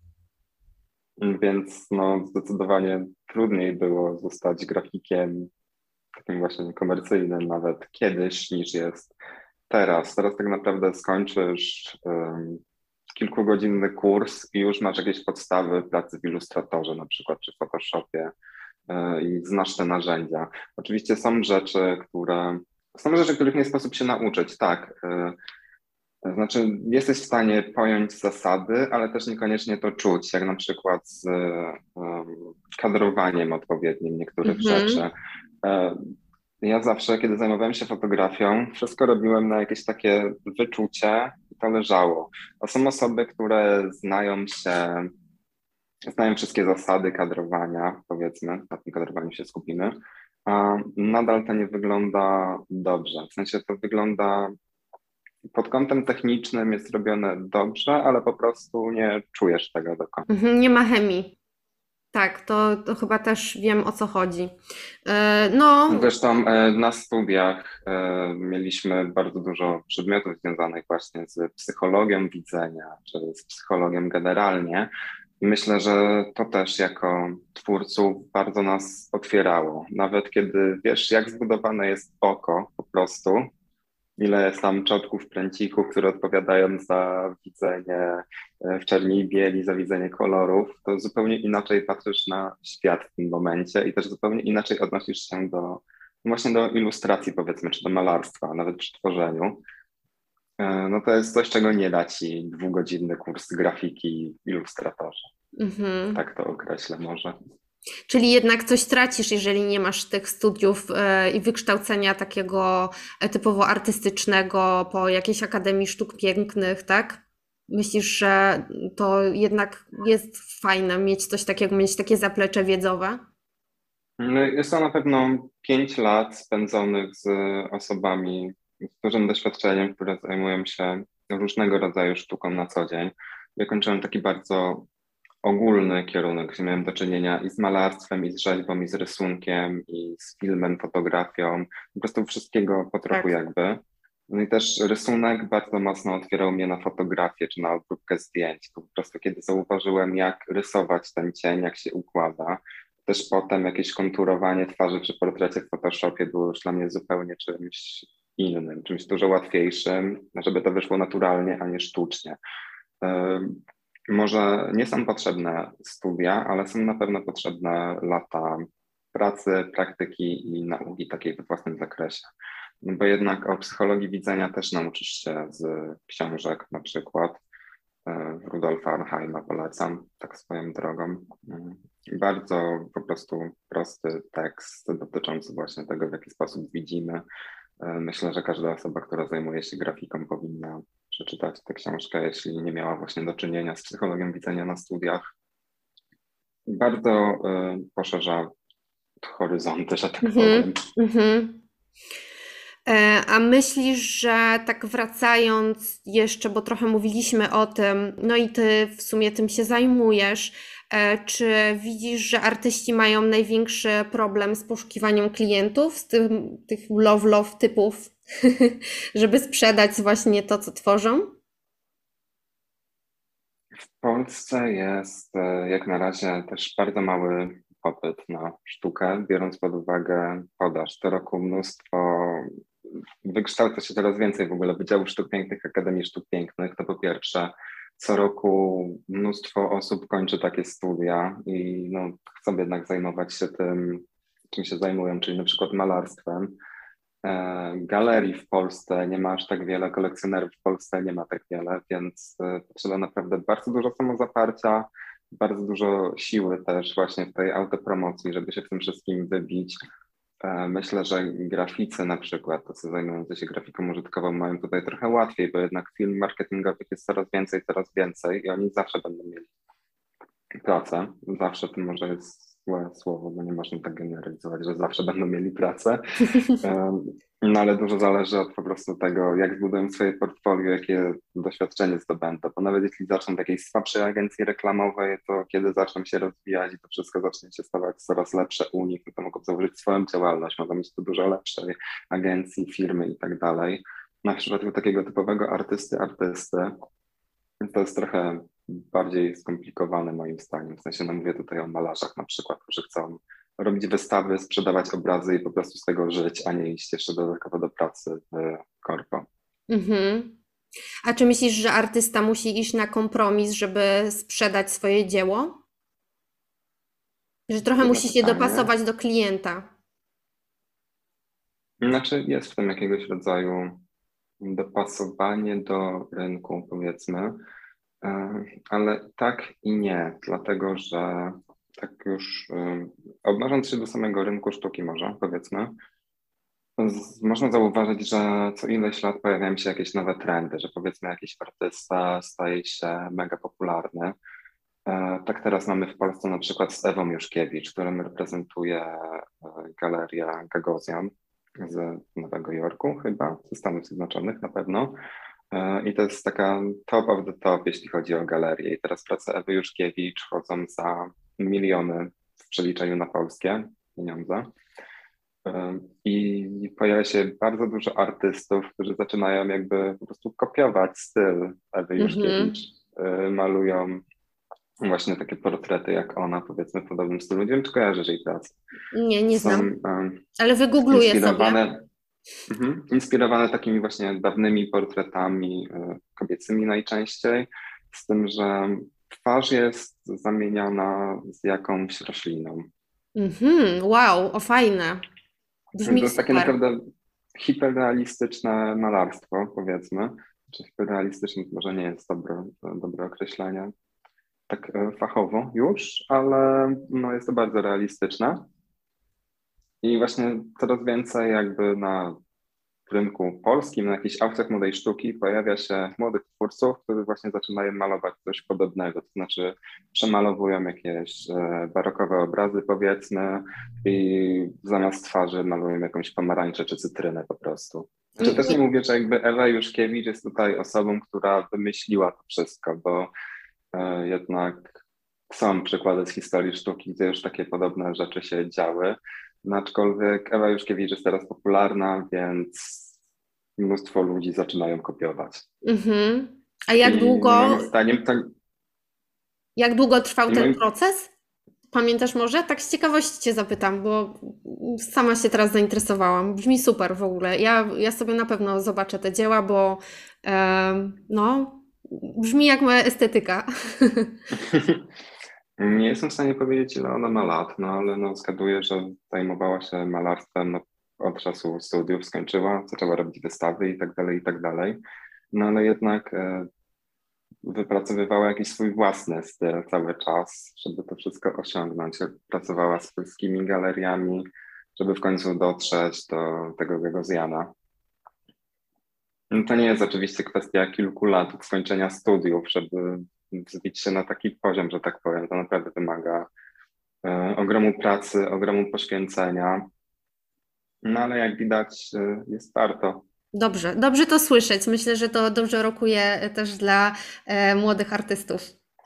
więc no zdecydowanie trudniej było zostać grafikiem takim właśnie komercyjnym nawet kiedyś niż jest teraz. Teraz tak naprawdę skończysz kilkugodzinny kurs i już masz jakieś podstawy pracy w Illustratorze na przykład, czy w Photoshopie i znasz te narzędzia. Oczywiście są rzeczy, których nie sposób się nauczyć, tak. To znaczy, jesteś w stanie pojąć zasady, ale też niekoniecznie to czuć, jak na przykład z kadrowaniem odpowiednim niektórych Mhm. rzeczy. Ja zawsze, kiedy zajmowałem się fotografią, wszystko robiłem na jakieś takie wyczucie i to leżało. A są osoby, które znają wszystkie zasady kadrowania, powiedzmy, na tym kadrowaniu się skupimy, a nadal to nie wygląda dobrze. W sensie to wygląda pod kątem technicznym jest robione dobrze, ale po prostu nie czujesz tego do końca. Nie ma chemii. Tak, to chyba też wiem, o co chodzi. No, Zresztą na studiach mieliśmy bardzo dużo przedmiotów związanych właśnie z psychologią widzenia, czy z psychologią generalnie. I myślę, że to też jako twórców bardzo nas otwierało. Nawet kiedy wiesz, jak zbudowane jest oko po prostu, ile jest tam czotków, pręcików, które odpowiadają za widzenie w czerni i bieli, za widzenie kolorów, to zupełnie inaczej patrzysz na świat w tym momencie i też zupełnie inaczej odnosisz się właśnie do ilustracji, powiedzmy, czy do malarstwa, nawet przy tworzeniu. No to jest coś, czego nie da ci dwugodzinny kurs grafiki w Illustratorze. mhm. Tak to określę może. Czyli jednak coś tracisz, jeżeli nie masz tych studiów i wykształcenia takiego typowo artystycznego po jakiejś Akademii Sztuk Pięknych, tak? Myślisz, że to jednak jest fajne mieć coś takiego, mieć takie zaplecze wiedzowe? No, jest to na pewno 5 lat spędzonych z osobami z dużym doświadczeniem, które zajmują się różnego rodzaju sztuką na co dzień. Ja kończyłem taki bardzo ogólny kierunek, gdzie miałem do czynienia i z malarstwem, i z rzeźbą, i z rysunkiem, i z filmem, fotografią, po prostu wszystkiego po trochu Tak. jakby. No i też rysunek bardzo mocno otwierał mnie na fotografię czy na obróbkę zdjęć. Po prostu kiedy zauważyłem, jak rysować ten cień, jak się układa, też potem jakieś konturowanie twarzy przy portrecie w Photoshopie było już dla mnie zupełnie czymś innym, czymś dużo łatwiejszym, żeby to wyszło naturalnie, a nie sztucznie. Może nie są potrzebne studia, ale są na pewno potrzebne lata pracy, praktyki i nauki takiej we własnym zakresie. No bo jednak o psychologii widzenia też nauczysz się z książek, na przykład Rudolfa Arnheima polecam, tak swoją drogą. Bardzo po prostu prosty tekst dotyczący właśnie tego, w jaki sposób widzimy. Myślę, że każda osoba, która zajmuje się grafiką, powinna przeczytać tę książkę, jeśli nie miała właśnie do czynienia z psychologią widzenia na studiach. Bardzo poszerza horyzonty, że tak Mhm, powiem. mhm. A myślisz, że tak wracając jeszcze, bo trochę mówiliśmy o tym, no i ty w sumie tym się zajmujesz, czy widzisz, że artyści mają największy problem z poszukiwaniem klientów, z tych love typów, żeby sprzedać właśnie to, co tworzą? W Polsce jest jak na razie też bardzo mały popyt na sztukę, biorąc pod uwagę podaż. Co roku wykształca się coraz więcej w ogóle Wydziałów Sztuk Pięknych, Akademii Sztuk Pięknych. To po pierwsze, co roku mnóstwo osób kończy takie studia i no, chcą jednak zajmować się tym, czym się zajmują, czyli na przykład malarstwem. Galerii w Polsce nie ma aż tak wiele, kolekcjonerów w Polsce nie ma tak wiele, więc potrzeba naprawdę bardzo dużo samozaparcia, bardzo dużo siły też właśnie w tej autopromocji, żeby się w tym wszystkim wybić. Myślę, że graficy na przykład, tacy zajmujący się grafiką użytkową mają tutaj trochę łatwiej, bo jednak firm marketingowych jest coraz więcej i oni zawsze będą mieli pracę. Zawsze to może jest złe słowo, bo nie można tak generalizować, że zawsze będą mieli pracę. No ale dużo zależy od po prostu tego, jak zbudują swoje portfolio, jakie doświadczenie zdobędą. Bo nawet jeśli zaczną w jakiejś słabszej agencji reklamowej, to kiedy zaczną się rozwijać i to wszystko zacznie się stawać coraz lepsze u nich, no to mogą założyć swoją działalność, mogą mieć tu dużo lepszej agencji, firmy i tak dalej. Na przypadku takiego typowego artysty, to jest trochę bardziej skomplikowane moim zdaniem. W sensie, no mówię tutaj o malarzach na przykład, którzy chcą robić wystawy, sprzedawać obrazy i po prostu z tego żyć, a nie iść jeszcze dodatkowo do pracy w korpo. Mhm. A czy myślisz, że artysta musi iść na kompromis, żeby sprzedać swoje dzieło? Że trochę Trudne musi się pytanie. dopasować do klienta? Znaczy jest w tym jakiegoś rodzaju dopasowanie do rynku, powiedzmy, ale tak i nie, dlatego że tak już odnosząc się do samego rynku sztuki może, powiedzmy, można zauważyć, że co ileś lat pojawiają się jakieś nowe trendy, że powiedzmy jakiś artysta staje się mega popularny. Tak teraz mamy w Polsce na przykład z Ewą Juszkiewicz, którą reprezentuje Galeria Gagosian z Nowego Jorku chyba, ze Stanów Zjednoczonych na pewno. I to jest taka top of the top, jeśli chodzi o galerię. I teraz prace Ewy Juszkiewicz chodzą za miliony w przeliczeniu na polskie pieniądze. I pojawia się bardzo dużo artystów, którzy zaczynają jakby po prostu kopiować styl Ewy Juszkiewicz. Malują właśnie takie portrety jak ona, powiedzmy w podobnym stylu. Nie wiem, czy kojarzysz jej pracę. Nie Są znam, ale wygoogluję sobie. Inspirowane takimi właśnie dawnymi portretami kobiecymi najczęściej, z tym, że twarz jest zamieniana z jakąś rośliną. Wow, o fajne. To jest takie naprawdę hiperrealistyczne malarstwo, powiedzmy. Czy hiperrealistyczne to może nie jest dobre określenie, tak fachowo już, ale no jest to bardzo realistyczne. I właśnie coraz więcej jakby na rynku polskim, na jakichś aukcjach młodej sztuki pojawia się młodych twórców, którzy właśnie zaczynają malować coś podobnego, to znaczy przemalowują jakieś barokowe obrazy powiedzmy i zamiast twarzy malują jakąś pomarańczę czy cytrynę po prostu. Znaczy też nie mówię, że jakby Ewa Juszkiewicz jest tutaj osobą, która wymyśliła to wszystko, bo jednak są przykłady z historii sztuki, gdzie już takie podobne rzeczy się działy. No, aczkolwiek Ewa Juszkiewicz jest teraz popularna, więc mnóstwo ludzi zaczynają kopiować. A jak długo? Moim zdaniem to... Jak długo trwał ten proces? Pamiętasz może? Tak z ciekawości cię zapytam, bo sama się teraz zainteresowałam. Brzmi super w ogóle. Ja sobie na pewno zobaczę te dzieła, bo no, brzmi jak moja estetyka. Nie jestem w stanie powiedzieć, ile ona ma lat, no ale no, zgaduję, że zajmowała się malarstwem od czasu studiów, skończyła, zaczęła robić wystawy i tak dalej, i tak dalej. No ale jednak wypracowywała jakiś swój własny styl cały czas, żeby to wszystko osiągnąć. Pracowała z polskimi galeriami, żeby w końcu dotrzeć do tego Gagosiana. No to nie jest oczywiście kwestia kilku lat od skończenia studiów, żeby wzbić się na taki poziom, że tak powiem. To naprawdę wymaga ogromu pracy, ogromu poświęcenia. No ale jak widać, jest warto. Dobrze to słyszeć. Myślę, że to dobrze rokuje też dla młodych artystów.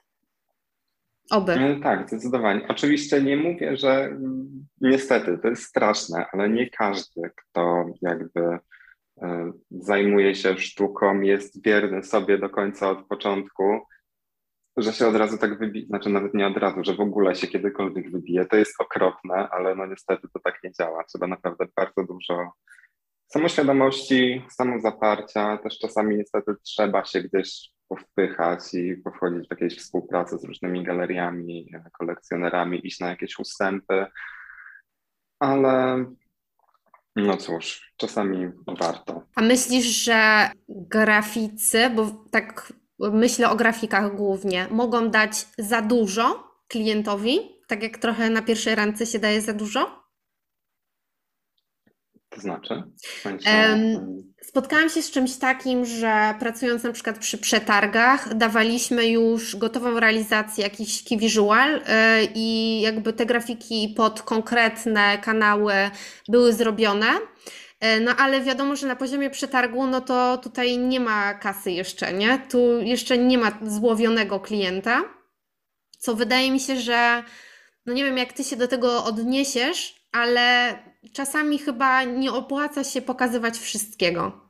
Oby. Tak, zdecydowanie. Oczywiście nie mówię, że niestety to jest straszne, ale nie każdy, kto jakby zajmuje się sztuką, jest wierny sobie do końca od początku, że się od razu tak wybije, znaczy nawet nie od razu, że w ogóle się kiedykolwiek wybije. To jest okropne, ale no niestety to tak nie działa. Trzeba naprawdę bardzo dużo samoświadomości, samozaparcia, też czasami niestety trzeba się gdzieś powpychać i powchodzić w jakieś współpracę z różnymi galeriami, kolekcjonerami, iść na jakieś ustępy, ale no cóż, czasami warto. A myślisz, że graficy, bo tak myślę o grafikach głównie, mogą dać za dużo klientowi? Tak jak trochę na pierwszej randce się daje za dużo? To znaczy? W sensie, Spotkałam się z czymś takim, że pracując na przykład przy przetargach, dawaliśmy już gotową realizację, jakiś key visual i jakby te grafiki pod konkretne kanały były zrobione. No ale wiadomo, że na poziomie przetargu, no to tutaj nie ma kasy jeszcze, nie? Tu jeszcze nie ma złowionego klienta, co wydaje mi się, że no nie wiem, jak ty się do tego odniesiesz, ale czasami chyba nie opłaca się pokazywać wszystkiego.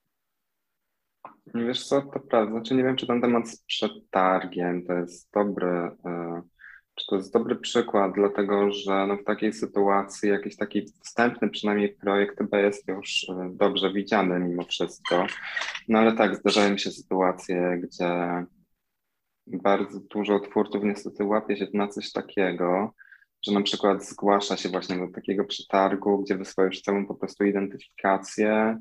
wiesz co, to prawda. Znaczy nie wiem, czy ten temat z przetargiem to jest dobry, czy to jest dobry przykład, dlatego że no w takiej sytuacji jakiś taki wstępny przynajmniej projekt chyba jest już dobrze widziany mimo wszystko. No ale tak, zdarzają się sytuacje, gdzie bardzo dużo twórców niestety łapie się na coś takiego, że na przykład zgłasza się właśnie do takiego przetargu, gdzie wysłałeś całą po prostu identyfikację,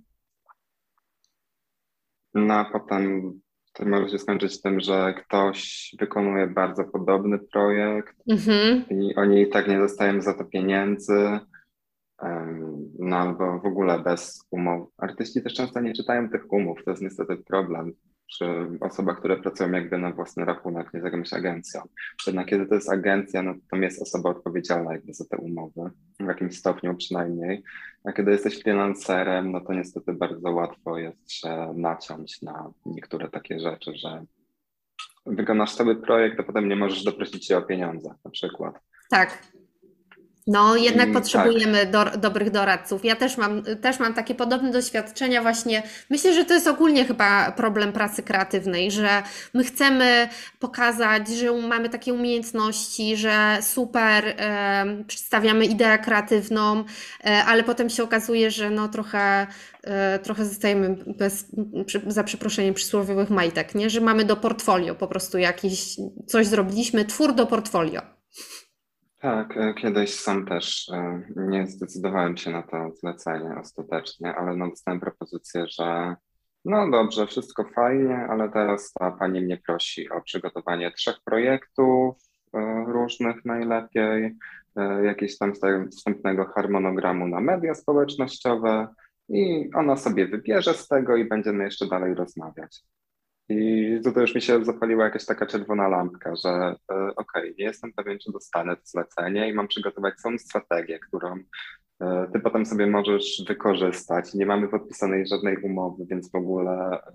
no a potem to może się skończyć tym, że ktoś wykonuje bardzo podobny projekt Mhm. i oni i tak nie dostają za to pieniędzy, no albo w ogóle bez umów. Artyści też często nie czytają tych umów, to jest niestety problem przy osobach, które pracują jakby na własny rachunek, nie z jakąś agencją. Jednak kiedy to jest agencja, no to tam jest osoba odpowiedzialna jakby za te umowy, w jakimś stopniu przynajmniej. A kiedy jesteś freelancerem, no to niestety bardzo łatwo jest się naciąć na niektóre takie rzeczy, że wykonasz cały projekt, a potem nie możesz doprosić się o pieniądze na przykład. Tak. No, jednak I tak, potrzebujemy dobrych doradców. Ja też mam takie podobne doświadczenia właśnie. Myślę, że to jest ogólnie chyba problem pracy kreatywnej, że my chcemy pokazać, że mamy takie umiejętności, że super przedstawiamy ideę kreatywną, ale potem się okazuje, że no trochę zostajemy za przeproszeniem przysłowiowych majtek, nie? Że mamy do portfolio po prostu coś zrobiliśmy, twór do portfolio. tak, kiedyś sam też nie zdecydowałem się na to zlecenie ostatecznie, ale no dostałem propozycję, że no dobrze, wszystko fajnie, ale teraz ta pani mnie prosi o przygotowanie 3 projektów różnych najlepiej, jakiegoś tam wstępnego harmonogramu na media społecznościowe i ona sobie wybierze z tego i będziemy jeszcze dalej rozmawiać. I tutaj już mi się zapaliła jakaś taka czerwona lampka, że okej, nie jestem pewien, czy dostanę to zlecenie i mam przygotować całą strategię, którą ty potem sobie możesz wykorzystać. Nie mamy podpisanej żadnej umowy, więc w ogóle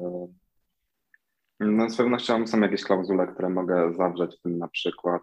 no z pewnością są jakieś klauzule, które mogę zawrzeć w tym na przykład,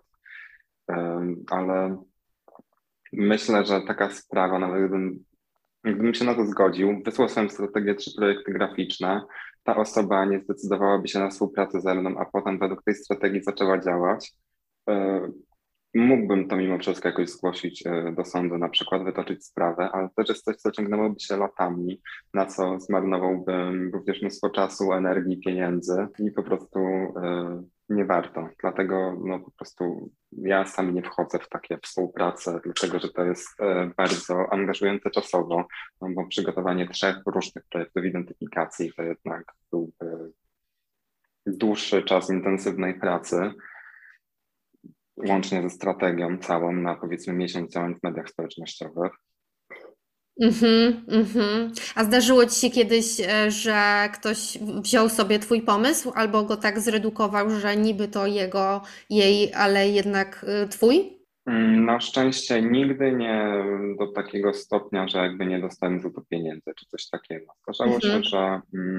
ale myślę, że taka sprawa, nawet gdybym się na to zgodził, wysłał swoją strategię 3 projekty graficzne, ta osoba nie zdecydowałaby się na współpracę ze mną, a potem według tej strategii zaczęła działać. e, Mógłbym to mimo wszystko jakoś zgłosić do sądu, na przykład wytoczyć sprawę, ale też jest coś, co ciągnęłoby się latami, na co zmarnowałbym również mnóstwo czasu, energii, pieniędzy i po prostu nie warto. Dlatego no, po prostu ja sam nie wchodzę w takie współprace, dlatego że to jest bardzo angażujące czasowo, no, bo przygotowanie 3 różnych projektów identyfikacji to jednak byłby dłuższy czas intensywnej pracy łącznie ze strategią całą na powiedzmy miesiąc działań w mediach społecznościowych. Mhm, mhm. A zdarzyło ci się kiedyś, że ktoś wziął sobie twój pomysł albo go tak zredukował, że niby to jej, ale jednak twój? Na szczęście nigdy nie do takiego stopnia, że jakby nie dostałem za to pieniędzy czy coś takiego. Zdarzało się, Mhm. że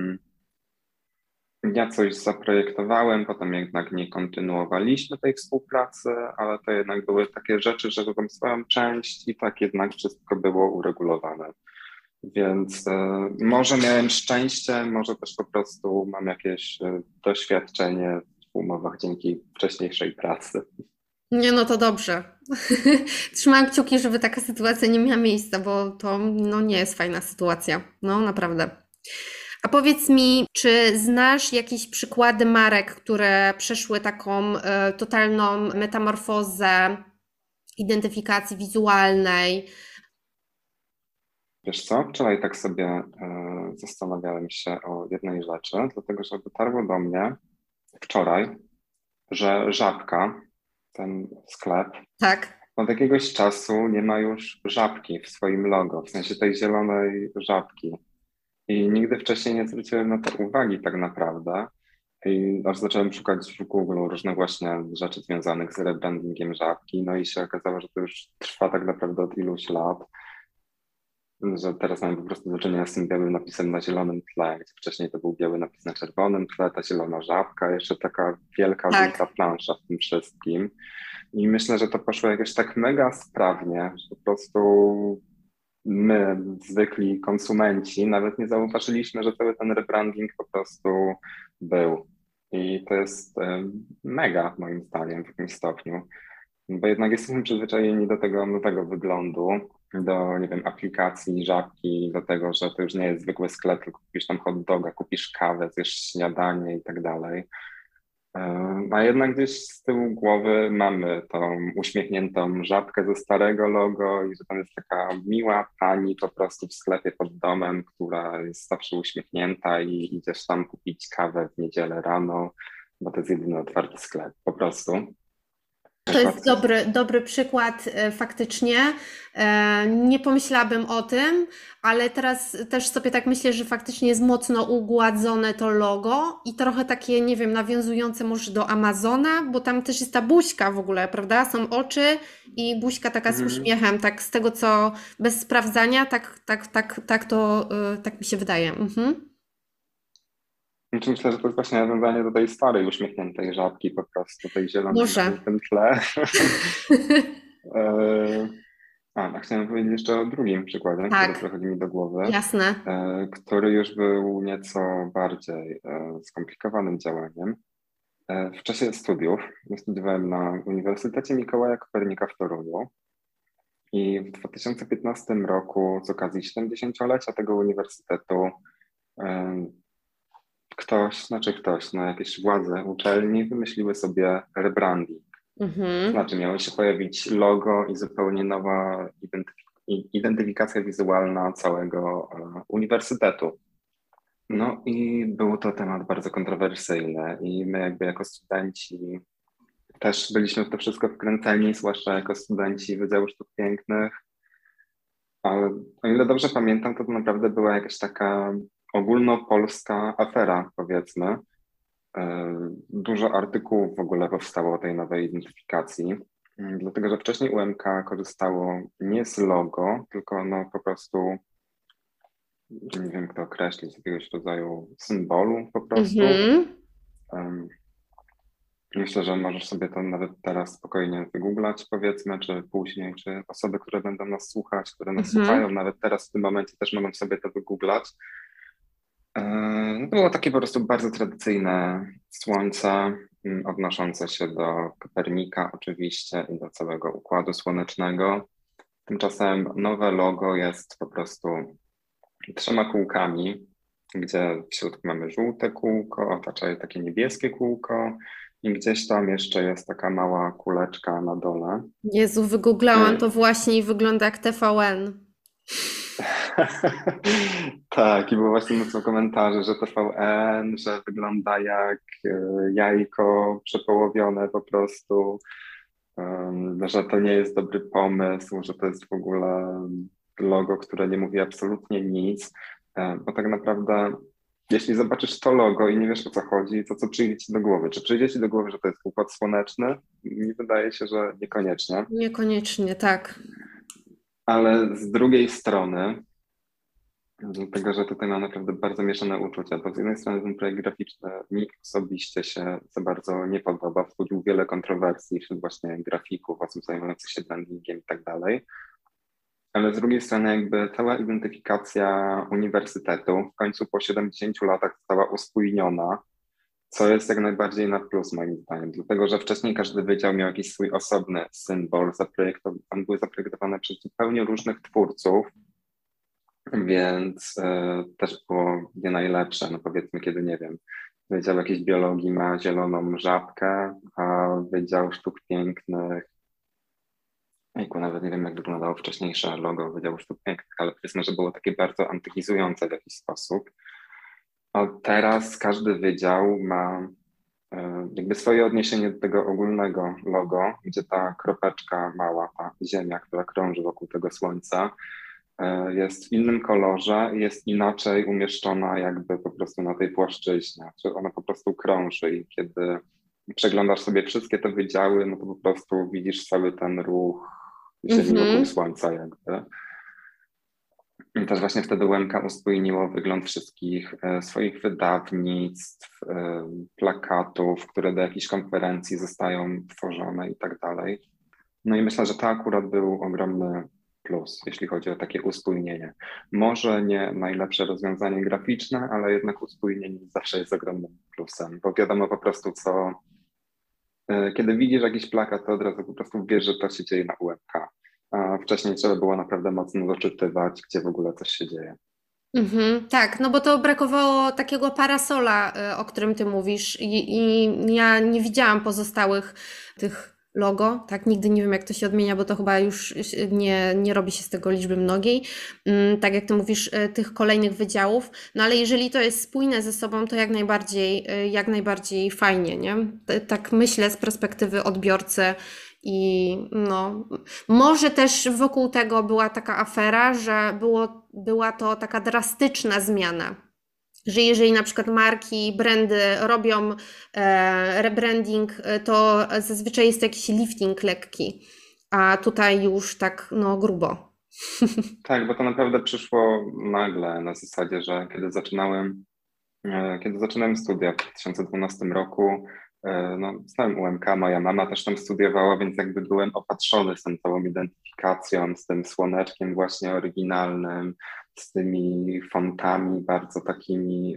ja coś zaprojektowałem, potem jednak nie kontynuowaliśmy tej współpracy, ale to jednak były takie rzeczy, że robią swoją część i tak jednak wszystko było uregulowane. Więc może miałem szczęście, może też po prostu mam jakieś doświadczenie w umowach dzięki wcześniejszej pracy. Nie, no to dobrze. Trzymam kciuki, żeby taka sytuacja nie miała miejsca, bo to no, nie jest fajna sytuacja. No, naprawdę. A powiedz mi, czy znasz jakieś przykłady marek, które przeszły taką totalną metamorfozę identyfikacji wizualnej? Wiesz co, wczoraj tak sobie zastanawiałem się o jednej rzeczy, dlatego że dotarło do mnie wczoraj, że Żabka, ten sklep, Tak. Od jakiegoś czasu nie ma już żabki w swoim logo, w sensie tej zielonej żabki. I nigdy wcześniej nie zwróciłem na to uwagi tak naprawdę. I aż zacząłem szukać w Google różnych właśnie rzeczy związanych z rebrandingiem żabki, no i się okazało, że to już trwa tak naprawdę od iluś lat, że teraz mamy po prostu do czynienia z tym białym napisem na zielonym tle, gdzie wcześniej to był biały napis na czerwonym tle, ta zielona żabka, jeszcze taka wielka, żółta Tak. plansza w tym wszystkim. I myślę, że to poszło jakoś tak mega sprawnie, że po prostu my, zwykli konsumenci, nawet nie zauważyliśmy, że cały ten rebranding po prostu był. I to jest mega, moim zdaniem, w jakimś stopniu, bo jednak jesteśmy przyzwyczajeni do tego nowego wyglądu, do, nie wiem, aplikacji, żabki, do tego, że to już nie jest zwykły sklep, tylko kupisz tam hot doga, kupisz kawę, zjesz śniadanie i tak dalej. A jednak gdzieś z tyłu głowy mamy tą uśmiechniętą żabkę ze starego logo i że tam jest taka miła pani po prostu w sklepie pod domem, która jest zawsze uśmiechnięta i idziesz tam kupić kawę w niedzielę rano, bo to jest jedyny otwarty sklep, po prostu. To jest dobry przykład faktycznie. Nie pomyślałabym o tym, ale teraz też sobie tak myślę, że faktycznie jest mocno ugładzone to logo i trochę takie, nie wiem, nawiązujące może do Amazona, bo tam też jest ta buźka w ogóle, prawda? Są oczy i buźka taka z Mhm. uśmiechem, tak z tego co bez sprawdzania, tak to tak mi się wydaje. Mhm. Znaczy myślę, że to jest właśnie nawiązanie do tej starej uśmiechniętej żabki po prostu, tej zielonej na Może. żółtym tle. Chciałem powiedzieć jeszcze o drugim przykładzie, który Tak, przychodzi mi do głowy, jasne. który już był nieco bardziej skomplikowanym działaniem. W czasie studiów studiowałem na Uniwersytecie Mikołaja Kopernika w Toruniu i w 2015 roku z okazji 70-lecia tego uniwersytetu e, jakieś władze uczelni wymyśliły sobie rebranding. To Mhm. znaczy miało się pojawić logo i zupełnie nowa identyfikacja wizualna całego uniwersytetu. No i był to temat bardzo kontrowersyjny i my jakby jako studenci też byliśmy w to wszystko wkręceni, zwłaszcza jako studenci Wydziału Sztuk Pięknych, ale o ile dobrze pamiętam, to naprawdę była jakaś taka ogólnopolska afera, powiedzmy. Dużo artykułów w ogóle powstało o tej nowej identyfikacji, dlatego że wcześniej UMK korzystało nie z logo, tylko no po prostu, nie wiem jak to określić, jakiegoś rodzaju symbolu po prostu. Mhm. Myślę, że możesz sobie to nawet teraz spokojnie wygooglać, powiedzmy, czy później, czy osoby, które będą nas słuchać, które nas słuchają, Mhm. nawet teraz w tym momencie też mogą sobie to wygooglać. No to było takie po prostu bardzo tradycyjne słońce, odnoszące się do Kopernika oczywiście i do całego Układu Słonecznego. Tymczasem nowe logo jest po prostu trzema kółkami, gdzie w środku mamy żółte kółko, otacza je takie niebieskie kółko i gdzieś tam jeszcze jest taka mała kuleczka na dole. Jezu, wygooglałam Y, to właśnie i wygląda jak TVN. Tak, i było właśnie mnóstwo komentarzy, że TVN, że wygląda jak jajko przepołowione po prostu, że to nie jest dobry pomysł, że to jest w ogóle logo, które nie mówi absolutnie nic, bo tak naprawdę jeśli zobaczysz to logo i nie wiesz o co chodzi, to co przyjdzie ci do głowy? Czy przyjdzie ci do głowy, że to jest układ słoneczny? Mi wydaje się, że niekoniecznie, Niekoniecznie, tak. ale z drugiej strony dlatego, że tutaj mam naprawdę bardzo mieszane uczucia, bo z jednej strony ten projekt graficzny mi osobiście się za bardzo nie podoba, wzbudził wiele kontrowersji wśród właśnie grafików, osób zajmujących się brandingiem i tak dalej, ale z drugiej strony jakby cała identyfikacja uniwersytetu w końcu po 70 latach została uspójniona, co jest jak najbardziej na plus moim zdaniem, dlatego że wcześniej każdy wydział miał jakiś swój osobny symbol, one były zaprojektowane przez zupełnie różnych twórców, więc też było nie najlepsze. No powiedzmy, kiedy nie wiem, Wydział jakiejś biologii ma zieloną żabkę, a Wydział Sztuk Pięknych, nawet nie wiem, jak wyglądało wcześniejsze logo Wydziału Sztuk Pięknych, ale powiedzmy, że było takie bardzo antykizujące w jakiś sposób. A teraz każdy wydział ma jakby swoje odniesienie do tego ogólnego logo, gdzie ta kropeczka mała, ta ziemia, która krąży wokół tego słońca, jest w innym kolorze, jest inaczej umieszczona jakby po prostu na tej płaszczyźnie, czy ona po prostu krąży i kiedy przeglądasz sobie wszystkie te wydziały, no to po prostu widzisz cały ten ruch Ziemi wokół Słońca jakby. I też właśnie wtedy UMK uspójniło wygląd wszystkich swoich wydawnictw, plakatów, które do jakichś konferencji zostają tworzone i tak dalej. No i myślę, że to akurat był ogromny plus, jeśli chodzi o takie uspójnienie. Może nie najlepsze rozwiązanie graficzne, ale jednak uspójnienie zawsze jest ogromnym plusem, bo wiadomo po prostu co, kiedy widzisz jakiś plakat, to od razu po prostu wiesz, że to się dzieje na UMK. A wcześniej trzeba było naprawdę mocno doczytywać, gdzie w ogóle coś się dzieje. Tak, no bo to brakowało takiego parasola, o którym ty mówisz i ja nie widziałam pozostałych tych logo, tak, nigdy nie wiem jak to się odmienia, bo to chyba już nie robi się z tego liczby mnogiej, tak jak ty mówisz, tych kolejnych wydziałów, no ale jeżeli to jest spójne ze sobą, to jak najbardziej fajnie, nie? Tak myślę z perspektywy odbiorcy. I no, może też wokół tego była taka afera, że była to taka drastyczna zmiana, że jeżeli na przykład marki, brandy robią rebranding, to zazwyczaj jest to jakiś lifting lekki, a tutaj już tak no grubo. Tak, bo to naprawdę przyszło nagle na zasadzie, że kiedy zaczynałem studia w 2012 roku, no, znałem UMK, moja mama też tam studiowała, więc jakby byłem opatrzony z tą całą identyfikacją, z tym słoneczkiem właśnie oryginalnym, z tymi fontami bardzo takimi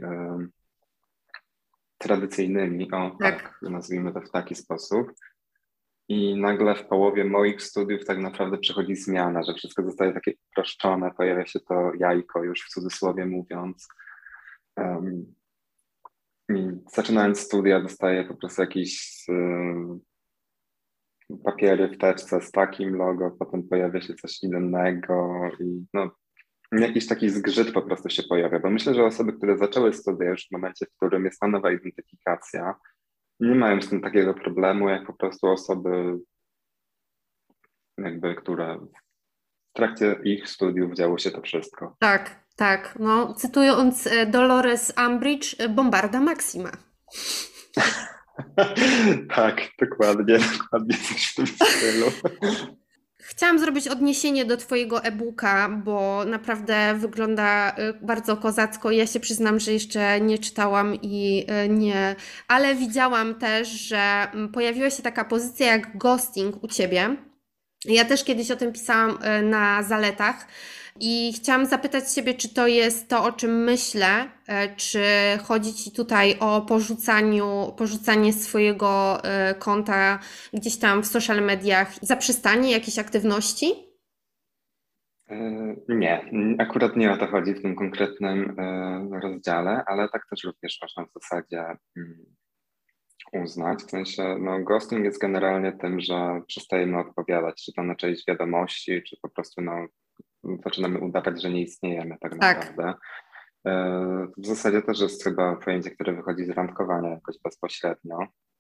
tradycyjnymi, tak, nazwijmy to w taki sposób. I nagle w połowie moich studiów tak naprawdę przychodzi zmiana, że wszystko zostaje takie uproszczone, pojawia się to jajko, już w cudzysłowie mówiąc. I zaczynając studia dostaję po prostu jakieś papiery w teczce z takim logo, potem pojawia się coś innego i no, jakiś taki zgrzyt po prostu się pojawia, bo myślę, że osoby, które zaczęły studia już w momencie, w którym jest ta nowa identyfikacja, nie mają z tym takiego problemu, jak po prostu osoby, jakby, które w trakcie ich studiów działo się to wszystko. Tak, no cytując Dolores Umbridge, bombarda maxima. Tak, dokładnie coś w tym stylu. Chciałam zrobić odniesienie do twojego e-booka, bo naprawdę wygląda bardzo kozacko. Ja się przyznam, że jeszcze nie czytałam i nie, ale widziałam też, że pojawiła się taka pozycja jak ghosting u ciebie. Ja też kiedyś o tym pisałam na zaletach i chciałam zapytać Ciebie, czy to jest to, o czym myślę, czy chodzi Ci tutaj o porzucanie swojego konta gdzieś tam w social mediach, zaprzestanie jakiejś aktywności? Nie, akurat nie o to chodzi w tym konkretnym rozdziale, ale tak też również można w zasadzie uznać. W sensie, no, ghosting jest generalnie tym, że przestajemy odpowiadać, czy to na czyjeś wiadomości, czy po prostu no, zaczynamy udawać, że nie istniejemy tak naprawdę. W zasadzie też jest chyba pojęcie, które wychodzi z randkowania jakoś bezpośrednio.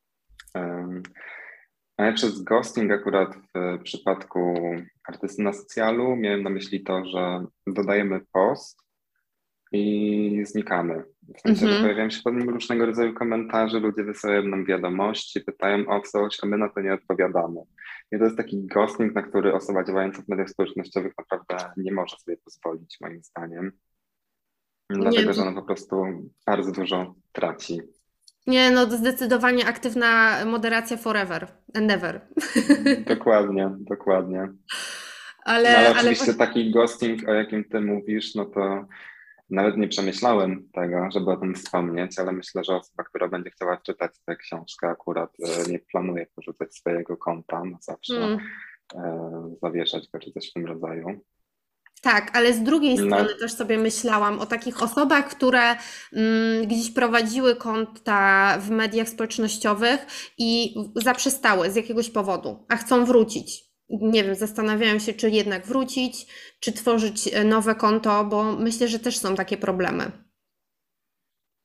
A ja przez ghosting akurat w przypadku artysty na socjalu miałem na myśli to, że dodajemy post i znikamy. W sensie, że pojawiają się pod nim różnego rodzaju komentarze, ludzie wysyłają nam wiadomości, pytają o coś, a my na to nie odpowiadamy. I to jest taki ghosting, na który osoba działająca w mediach społecznościowych naprawdę nie może sobie pozwolić, moim zdaniem. Dlatego, że ona po prostu bardzo dużo traci. Nie, no zdecydowanie aktywna moderacja forever and ever. Dokładnie. Ale oczywiście taki ghosting, o jakim ty mówisz, no to nawet nie przemyślałem tego, żeby o tym wspomnieć, ale myślę, że osoba, która będzie chciała czytać tę książkę, akurat nie planuje porzucać swojego konta na zawsze, zawieszać go czy coś w tym rodzaju. Tak, ale z drugiej strony też sobie myślałam o takich osobach, które gdzieś prowadziły konta w mediach społecznościowych i zaprzestały z jakiegoś powodu, a chcą wrócić. Nie wiem, zastanawiają się, czy jednak wrócić, czy tworzyć nowe konto, bo myślę, że też są takie problemy.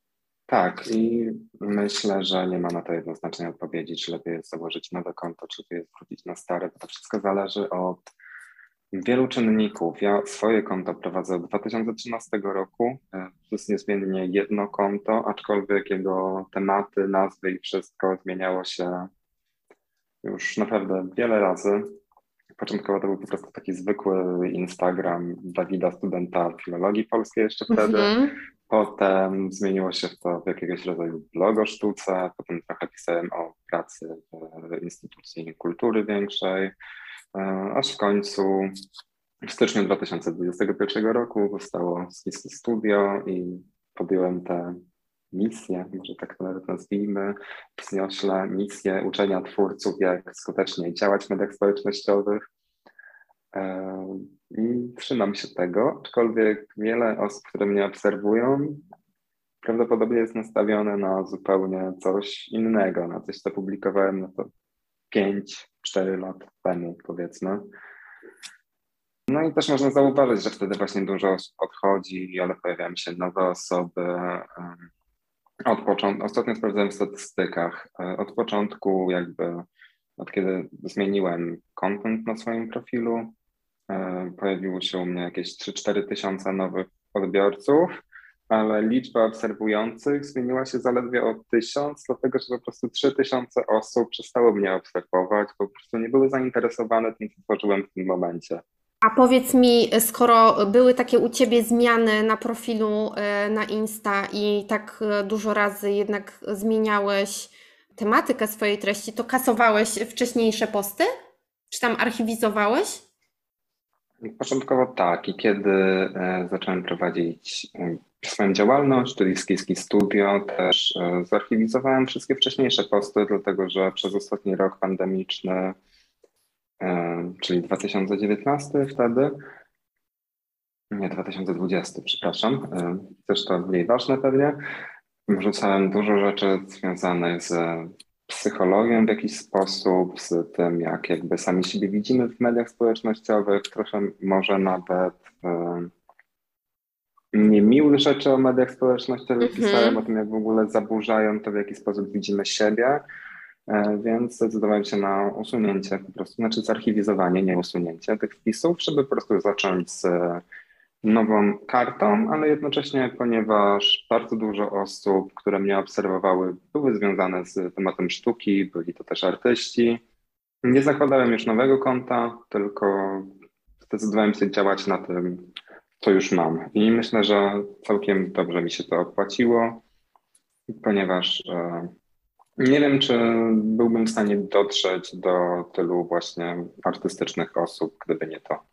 Tak, i myślę, że nie ma na to jednoznacznej odpowiedzi, czy lepiej jest założyć nowe konto, czy lepiej jest wrócić na stare, bo to wszystko zależy od wielu czynników. Ja swoje konto prowadzę od 2013 roku. To jest niezmiennie jedno konto, aczkolwiek jego tematy, nazwy i wszystko zmieniało się już naprawdę wiele razy. Początkowo to był po prostu taki zwykły Instagram Dawida, studenta filologii polskiej jeszcze wtedy. Mhm. Potem zmieniło się to w jakiegoś rodzaju blog o sztuce, potem trochę pisałem o pracy w instytucji kultury większej, aż w końcu w styczniu 2021 roku powstało Skizy Studio i podjąłem tę misję, może tak to nawet nazwijmy, wzniośle misję uczenia twórców, jak skutecznie działać w mediach społecznościowych. I trzymam się tego, aczkolwiek wiele osób, które mnie obserwują, prawdopodobnie jest nastawione na zupełnie coś innego, na coś, co publikowałem no to 5-4 lat temu, powiedzmy. No i też można zauważyć, że wtedy właśnie dużo osób odchodzi, ale pojawiają się nowe osoby. Ostatnio sprawdzałem w statystykach. Od początku od kiedy zmieniłem content na swoim profilu, pojawiło się u mnie jakieś 3-4 tysiące nowych odbiorców, ale liczba obserwujących zmieniła się zaledwie o 1000, dlatego że po prostu 3000 osób przestało mnie obserwować, po prostu nie były zainteresowane tym, co tworzyłem w tym momencie. A powiedz mi, skoro były takie u Ciebie zmiany na profilu na Insta i tak dużo razy jednak zmieniałeś tematykę swojej treści, to kasowałeś wcześniejsze posty? Czy tam archiwizowałeś? Początkowo tak i kiedy zacząłem prowadzić swoją działalność, czyli Skizy Studio, też zarchiwizowałem wszystkie wcześniejsze posty, dlatego że przez ostatni rok pandemiczny, czyli 2019 wtedy, nie 2020, przepraszam, też to mniej ważne pewnie, wrzucałem dużo rzeczy związanych z psychologią w jakiś sposób, z tym, jak jakby sami siebie widzimy w mediach społecznościowych, trochę może nawet niemiłych rzeczy o mediach społecznościowych pisałem, o tym, jak w ogóle zaburzają to, w jaki sposób widzimy siebie, więc zdecydowałem się na usunięcie po prostu, znaczy zarchiwizowanie, nie usunięcie tych wpisów, żeby po prostu zacząć z nową kartą, ale jednocześnie, ponieważ bardzo dużo osób, które mnie obserwowały, były związane z tematem sztuki, byli to też artyści, nie zakładałem już nowego konta, tylko zdecydowałem się działać na tym, co już mam. I myślę, że całkiem dobrze mi się to opłaciło, ponieważ nie wiem, czy byłbym w stanie dotrzeć do tylu właśnie artystycznych osób, gdyby nie to.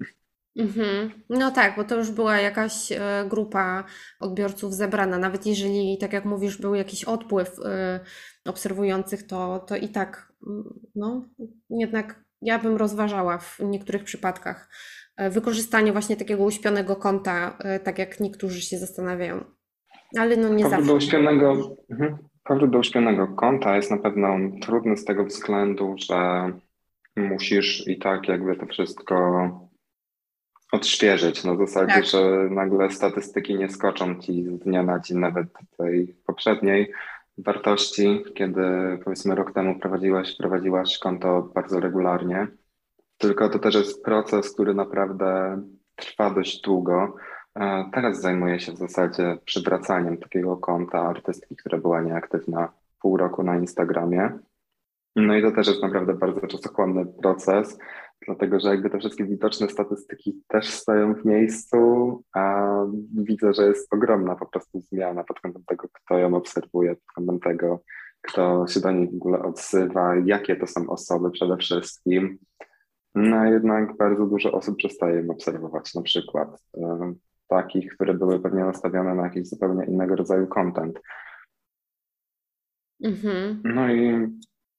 No tak, bo to już była jakaś grupa odbiorców zebrana. Nawet jeżeli, tak jak mówisz, był jakiś odpływ obserwujących, to i tak, no, jednak ja bym rozważała w niektórych przypadkach wykorzystanie właśnie takiego uśpionego konta, tak jak niektórzy się zastanawiają. Ale no nie Powrót zawsze. do uśpionego, powrót do uśpionego konta jest na pewno trudny z tego względu, że musisz i tak jakby to wszystko odświeżyć, na zasadzie, Tak. że nagle statystyki nie skoczą ci z dnia na dzień, nawet tej poprzedniej wartości, kiedy powiedzmy rok temu prowadziłaś konto bardzo regularnie, tylko to też jest proces, który naprawdę trwa dość długo. Teraz zajmuję się w zasadzie przywracaniem takiego konta artystki, która była nieaktywna pół roku na Instagramie. No i to też jest naprawdę bardzo czasochłonny proces, dlatego że jakby te wszystkie widoczne statystyki też stoją w miejscu, a widzę, że jest ogromna po prostu zmiana pod kątem tego, kto ją obserwuje, pod kątem tego, kto się do niej w ogóle odzywa, jakie to są osoby przede wszystkim. No jednak bardzo dużo osób przestaje ją obserwować, na przykład takich, które były pewnie nastawione na jakiś zupełnie innego rodzaju content. No i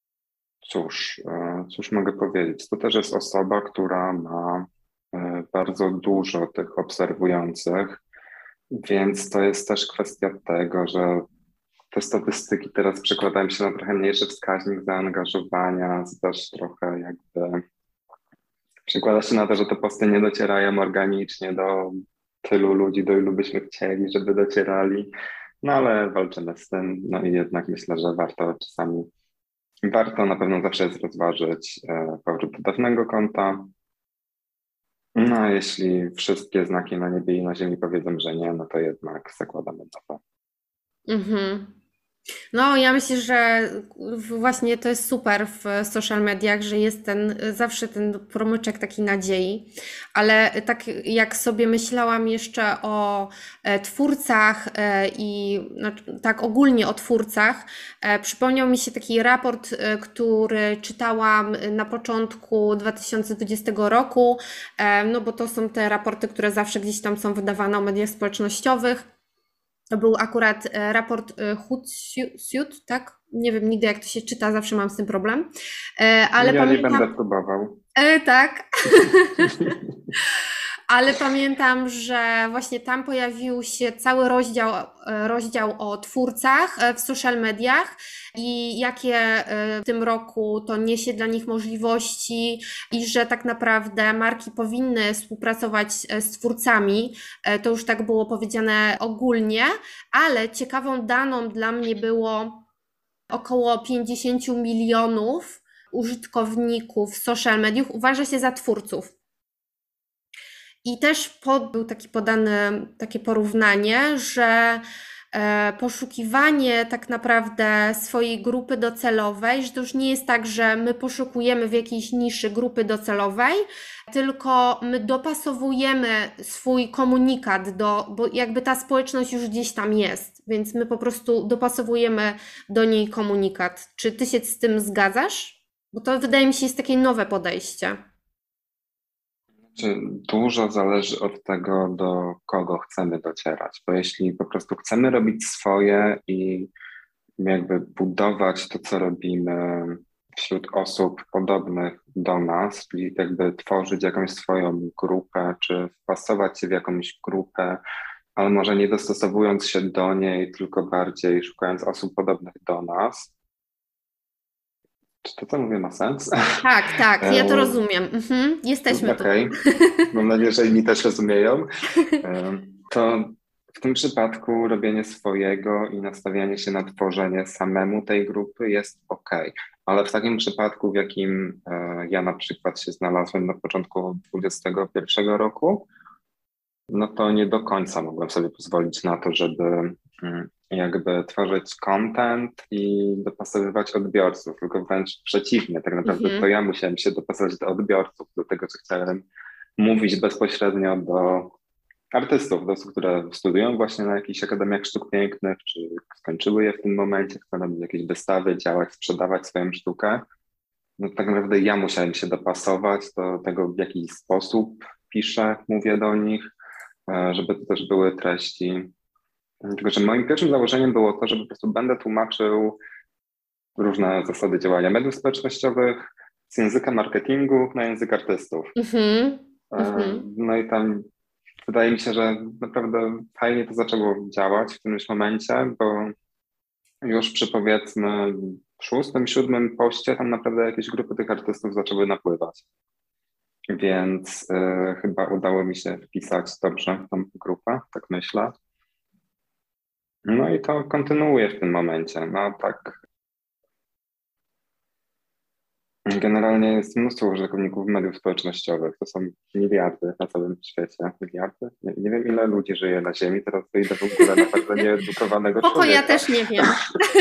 cóż mogę powiedzieć? To też jest osoba, która ma bardzo dużo tych obserwujących, więc to jest też kwestia tego, że te statystyki teraz przekładają się na trochę mniejszy wskaźnik zaangażowania, też trochę jakby przekłada się na to, że te posty nie docierają organicznie do tylu ludzi, do ilu byśmy chcieli, żeby docierali. No ale walczymy z tym, no i jednak myślę, że warto na pewno zawsze jest rozważyć powrót do dawnego konta. No a jeśli wszystkie znaki na niebie i na ziemi powiedzą, że nie, no to jednak zakładamy nowe. Mhm. No, ja myślę, że właśnie to jest super w social mediach, że jest zawsze ten promyczek takiej nadziei, ale tak jak sobie myślałam jeszcze o twórcach i tak ogólnie o twórcach, przypomniał mi się taki raport, który czytałam na początku 2020 roku, no bo to są te raporty, które zawsze gdzieś tam są wydawane o mediach społecznościowych. To był akurat raport Hootsuite, tak? Nie wiem nigdy jak to się czyta, zawsze mam z tym problem. Ale Ja nie pamiętam. będę próbował. Tak. Ale pamiętam, że właśnie tam pojawił się cały rozdział o twórcach w social mediach i jakie w tym roku to niesie dla nich możliwości i że tak naprawdę marki powinny współpracować z twórcami. To już tak było powiedziane ogólnie, ale ciekawą daną dla mnie było około 50 milionów użytkowników social mediów uważa się za twórców. I też był takie porównanie, że poszukiwanie tak naprawdę swojej grupy docelowej, że to już nie jest tak, że my poszukujemy w jakiejś niszy grupy docelowej, tylko my dopasowujemy swój komunikat bo jakby ta społeczność już gdzieś tam jest, więc my po prostu dopasowujemy do niej komunikat. Czy ty się z tym zgadzasz? Bo to wydaje mi się jest takie nowe podejście. Dużo zależy od tego, do kogo chcemy docierać, bo jeśli po prostu chcemy robić swoje i jakby budować to, co robimy wśród osób podobnych do nas, czyli jakby tworzyć jakąś swoją grupę, czy wpasować się w jakąś grupę, ale może nie dostosowując się do niej, tylko bardziej szukając osób podobnych do nas. Czy to, co mówię, ma sens? Tak, ja to rozumiem. Jesteśmy tu. Okej. Mam nadzieję, że inni też rozumieją. To w tym przypadku robienie swojego i nastawianie się na tworzenie samemu tej grupy jest ok. Ale w takim przypadku, w jakim ja na przykład się znalazłem na początku 2021 roku, no to nie do końca mogłem sobie pozwolić na to, żeby jakby tworzyć content i dopasowywać odbiorców, tylko wręcz przeciwnie, tak naprawdę to ja musiałem się dopasować do odbiorców, do tego, że chciałem mówić bezpośrednio do artystów, do osób, które studiują właśnie na jakichś akademiach sztuk pięknych, czy skończyły je w tym momencie, chcą robić jakieś wystawy, działać, sprzedawać swoją sztukę. No tak naprawdę ja musiałem się dopasować do tego, w jaki sposób piszę, mówię do nich, żeby to też były treści. Tylko że moim pierwszym założeniem było to, że po prostu będę tłumaczył różne zasady działania mediów społecznościowych z języka marketingu na język artystów. No i tam wydaje mi się, że naprawdę fajnie to zaczęło działać w którymś momencie, bo już przy powiedzmy 6., 7. poście tam naprawdę jakieś grupy tych artystów zaczęły napływać. Więc chyba udało mi się wpisać dobrze w tą grupę, tak myślę. No i to kontynuuję w tym momencie. No tak. Generalnie jest mnóstwo użytkowników mediów społecznościowych. To są miliardy na całym świecie. Miliardy? Nie wiem, ile ludzi żyje na Ziemi. Teraz wyjdę w ogóle na bardzo nieedukowanego człowieka. Ja też nie wiem.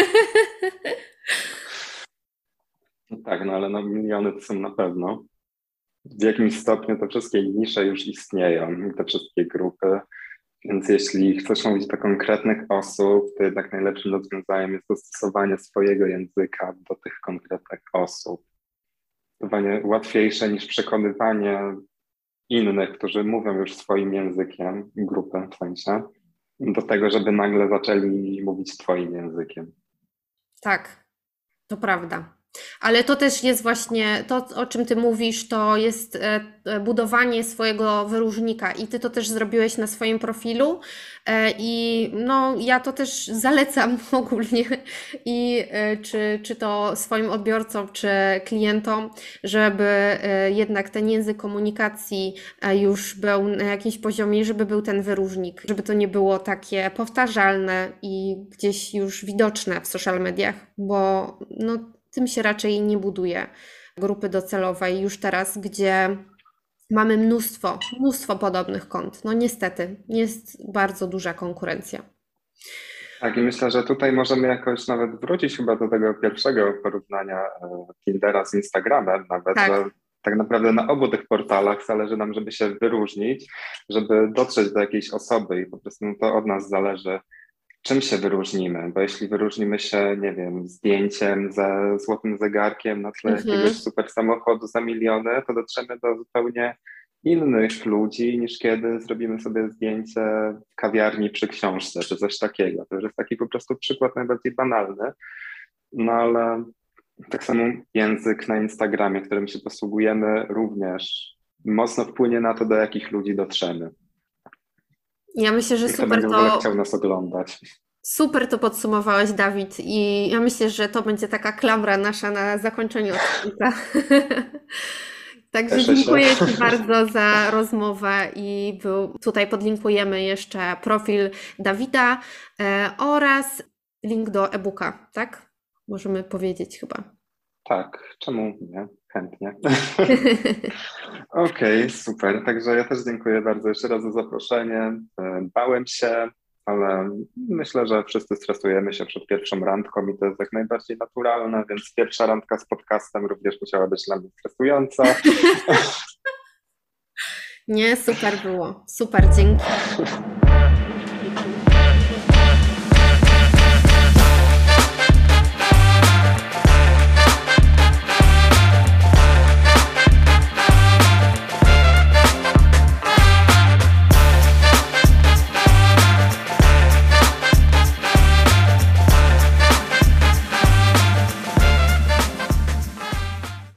Tak, no ale miliony to są na pewno. W jakimś stopniu te wszystkie nisze już istnieją, te wszystkie grupy. Więc jeśli chcesz mówić do konkretnych osób, to jednak najlepszym rozwiązaniem jest dostosowanie swojego języka do tych konkretnych osób. Zdecydowanie łatwiejsze niż przekonywanie innych, którzy mówią już swoim językiem, grupy w sensie, do tego, żeby nagle zaczęli mówić twoim językiem. Tak, to prawda. Ale to też jest właśnie to, o czym ty mówisz, to jest budowanie swojego wyróżnika i ty to też zrobiłeś na swoim profilu i no ja to też zalecam ogólnie i czy to swoim odbiorcom, czy klientom, żeby jednak ten język komunikacji już był na jakimś poziomie, żeby był ten wyróżnik, żeby to nie było takie powtarzalne i gdzieś już widoczne w social mediach, bo no tym się raczej nie buduje grupy docelowej już teraz, gdzie mamy mnóstwo podobnych kont. No niestety, jest bardzo duża konkurencja. Tak, i myślę, że tutaj możemy jakoś nawet wrócić chyba do tego pierwszego porównania Tindera z Instagramem, nawet, że Tak. tak naprawdę na obu tych portalach zależy nam, żeby się wyróżnić, żeby dotrzeć do jakiejś osoby i po prostu no, to od nas zależy, czym się wyróżnimy, bo jeśli wyróżnimy się, nie wiem, zdjęciem ze złotym zegarkiem na tle jakiegoś Mhm. super samochodu za miliony, to dotrzemy do zupełnie innych ludzi, niż kiedy zrobimy sobie zdjęcie w kawiarni przy książce, czy coś takiego. To już jest taki po prostu przykład najbardziej banalny, no ale tak samo język na Instagramie, którym się posługujemy, również mocno wpłynie na to, do jakich ludzi dotrzemy Ja myślę, że i kto będzie w ogóle chciał nas oglądać. super to podsumowałeś, Dawid, i ja myślę, że to będzie taka klamra nasza na zakończeniu odcinka. Także Cieszę się. dziękuję Ci bardzo za rozmowę i tutaj podlinkujemy jeszcze profil Dawida oraz link do e-booka, tak? Możemy powiedzieć chyba. Tak, czemu nie? Chętnie. Okej, super. Także ja też dziękuję bardzo jeszcze raz za zaproszenie. Bałem się, ale myślę, że wszyscy stresujemy się przed pierwszą randką i to jest jak najbardziej naturalne, więc pierwsza randka z podcastem również musiała być dla mnie stresująca. Nie, super było. Super, dzięki.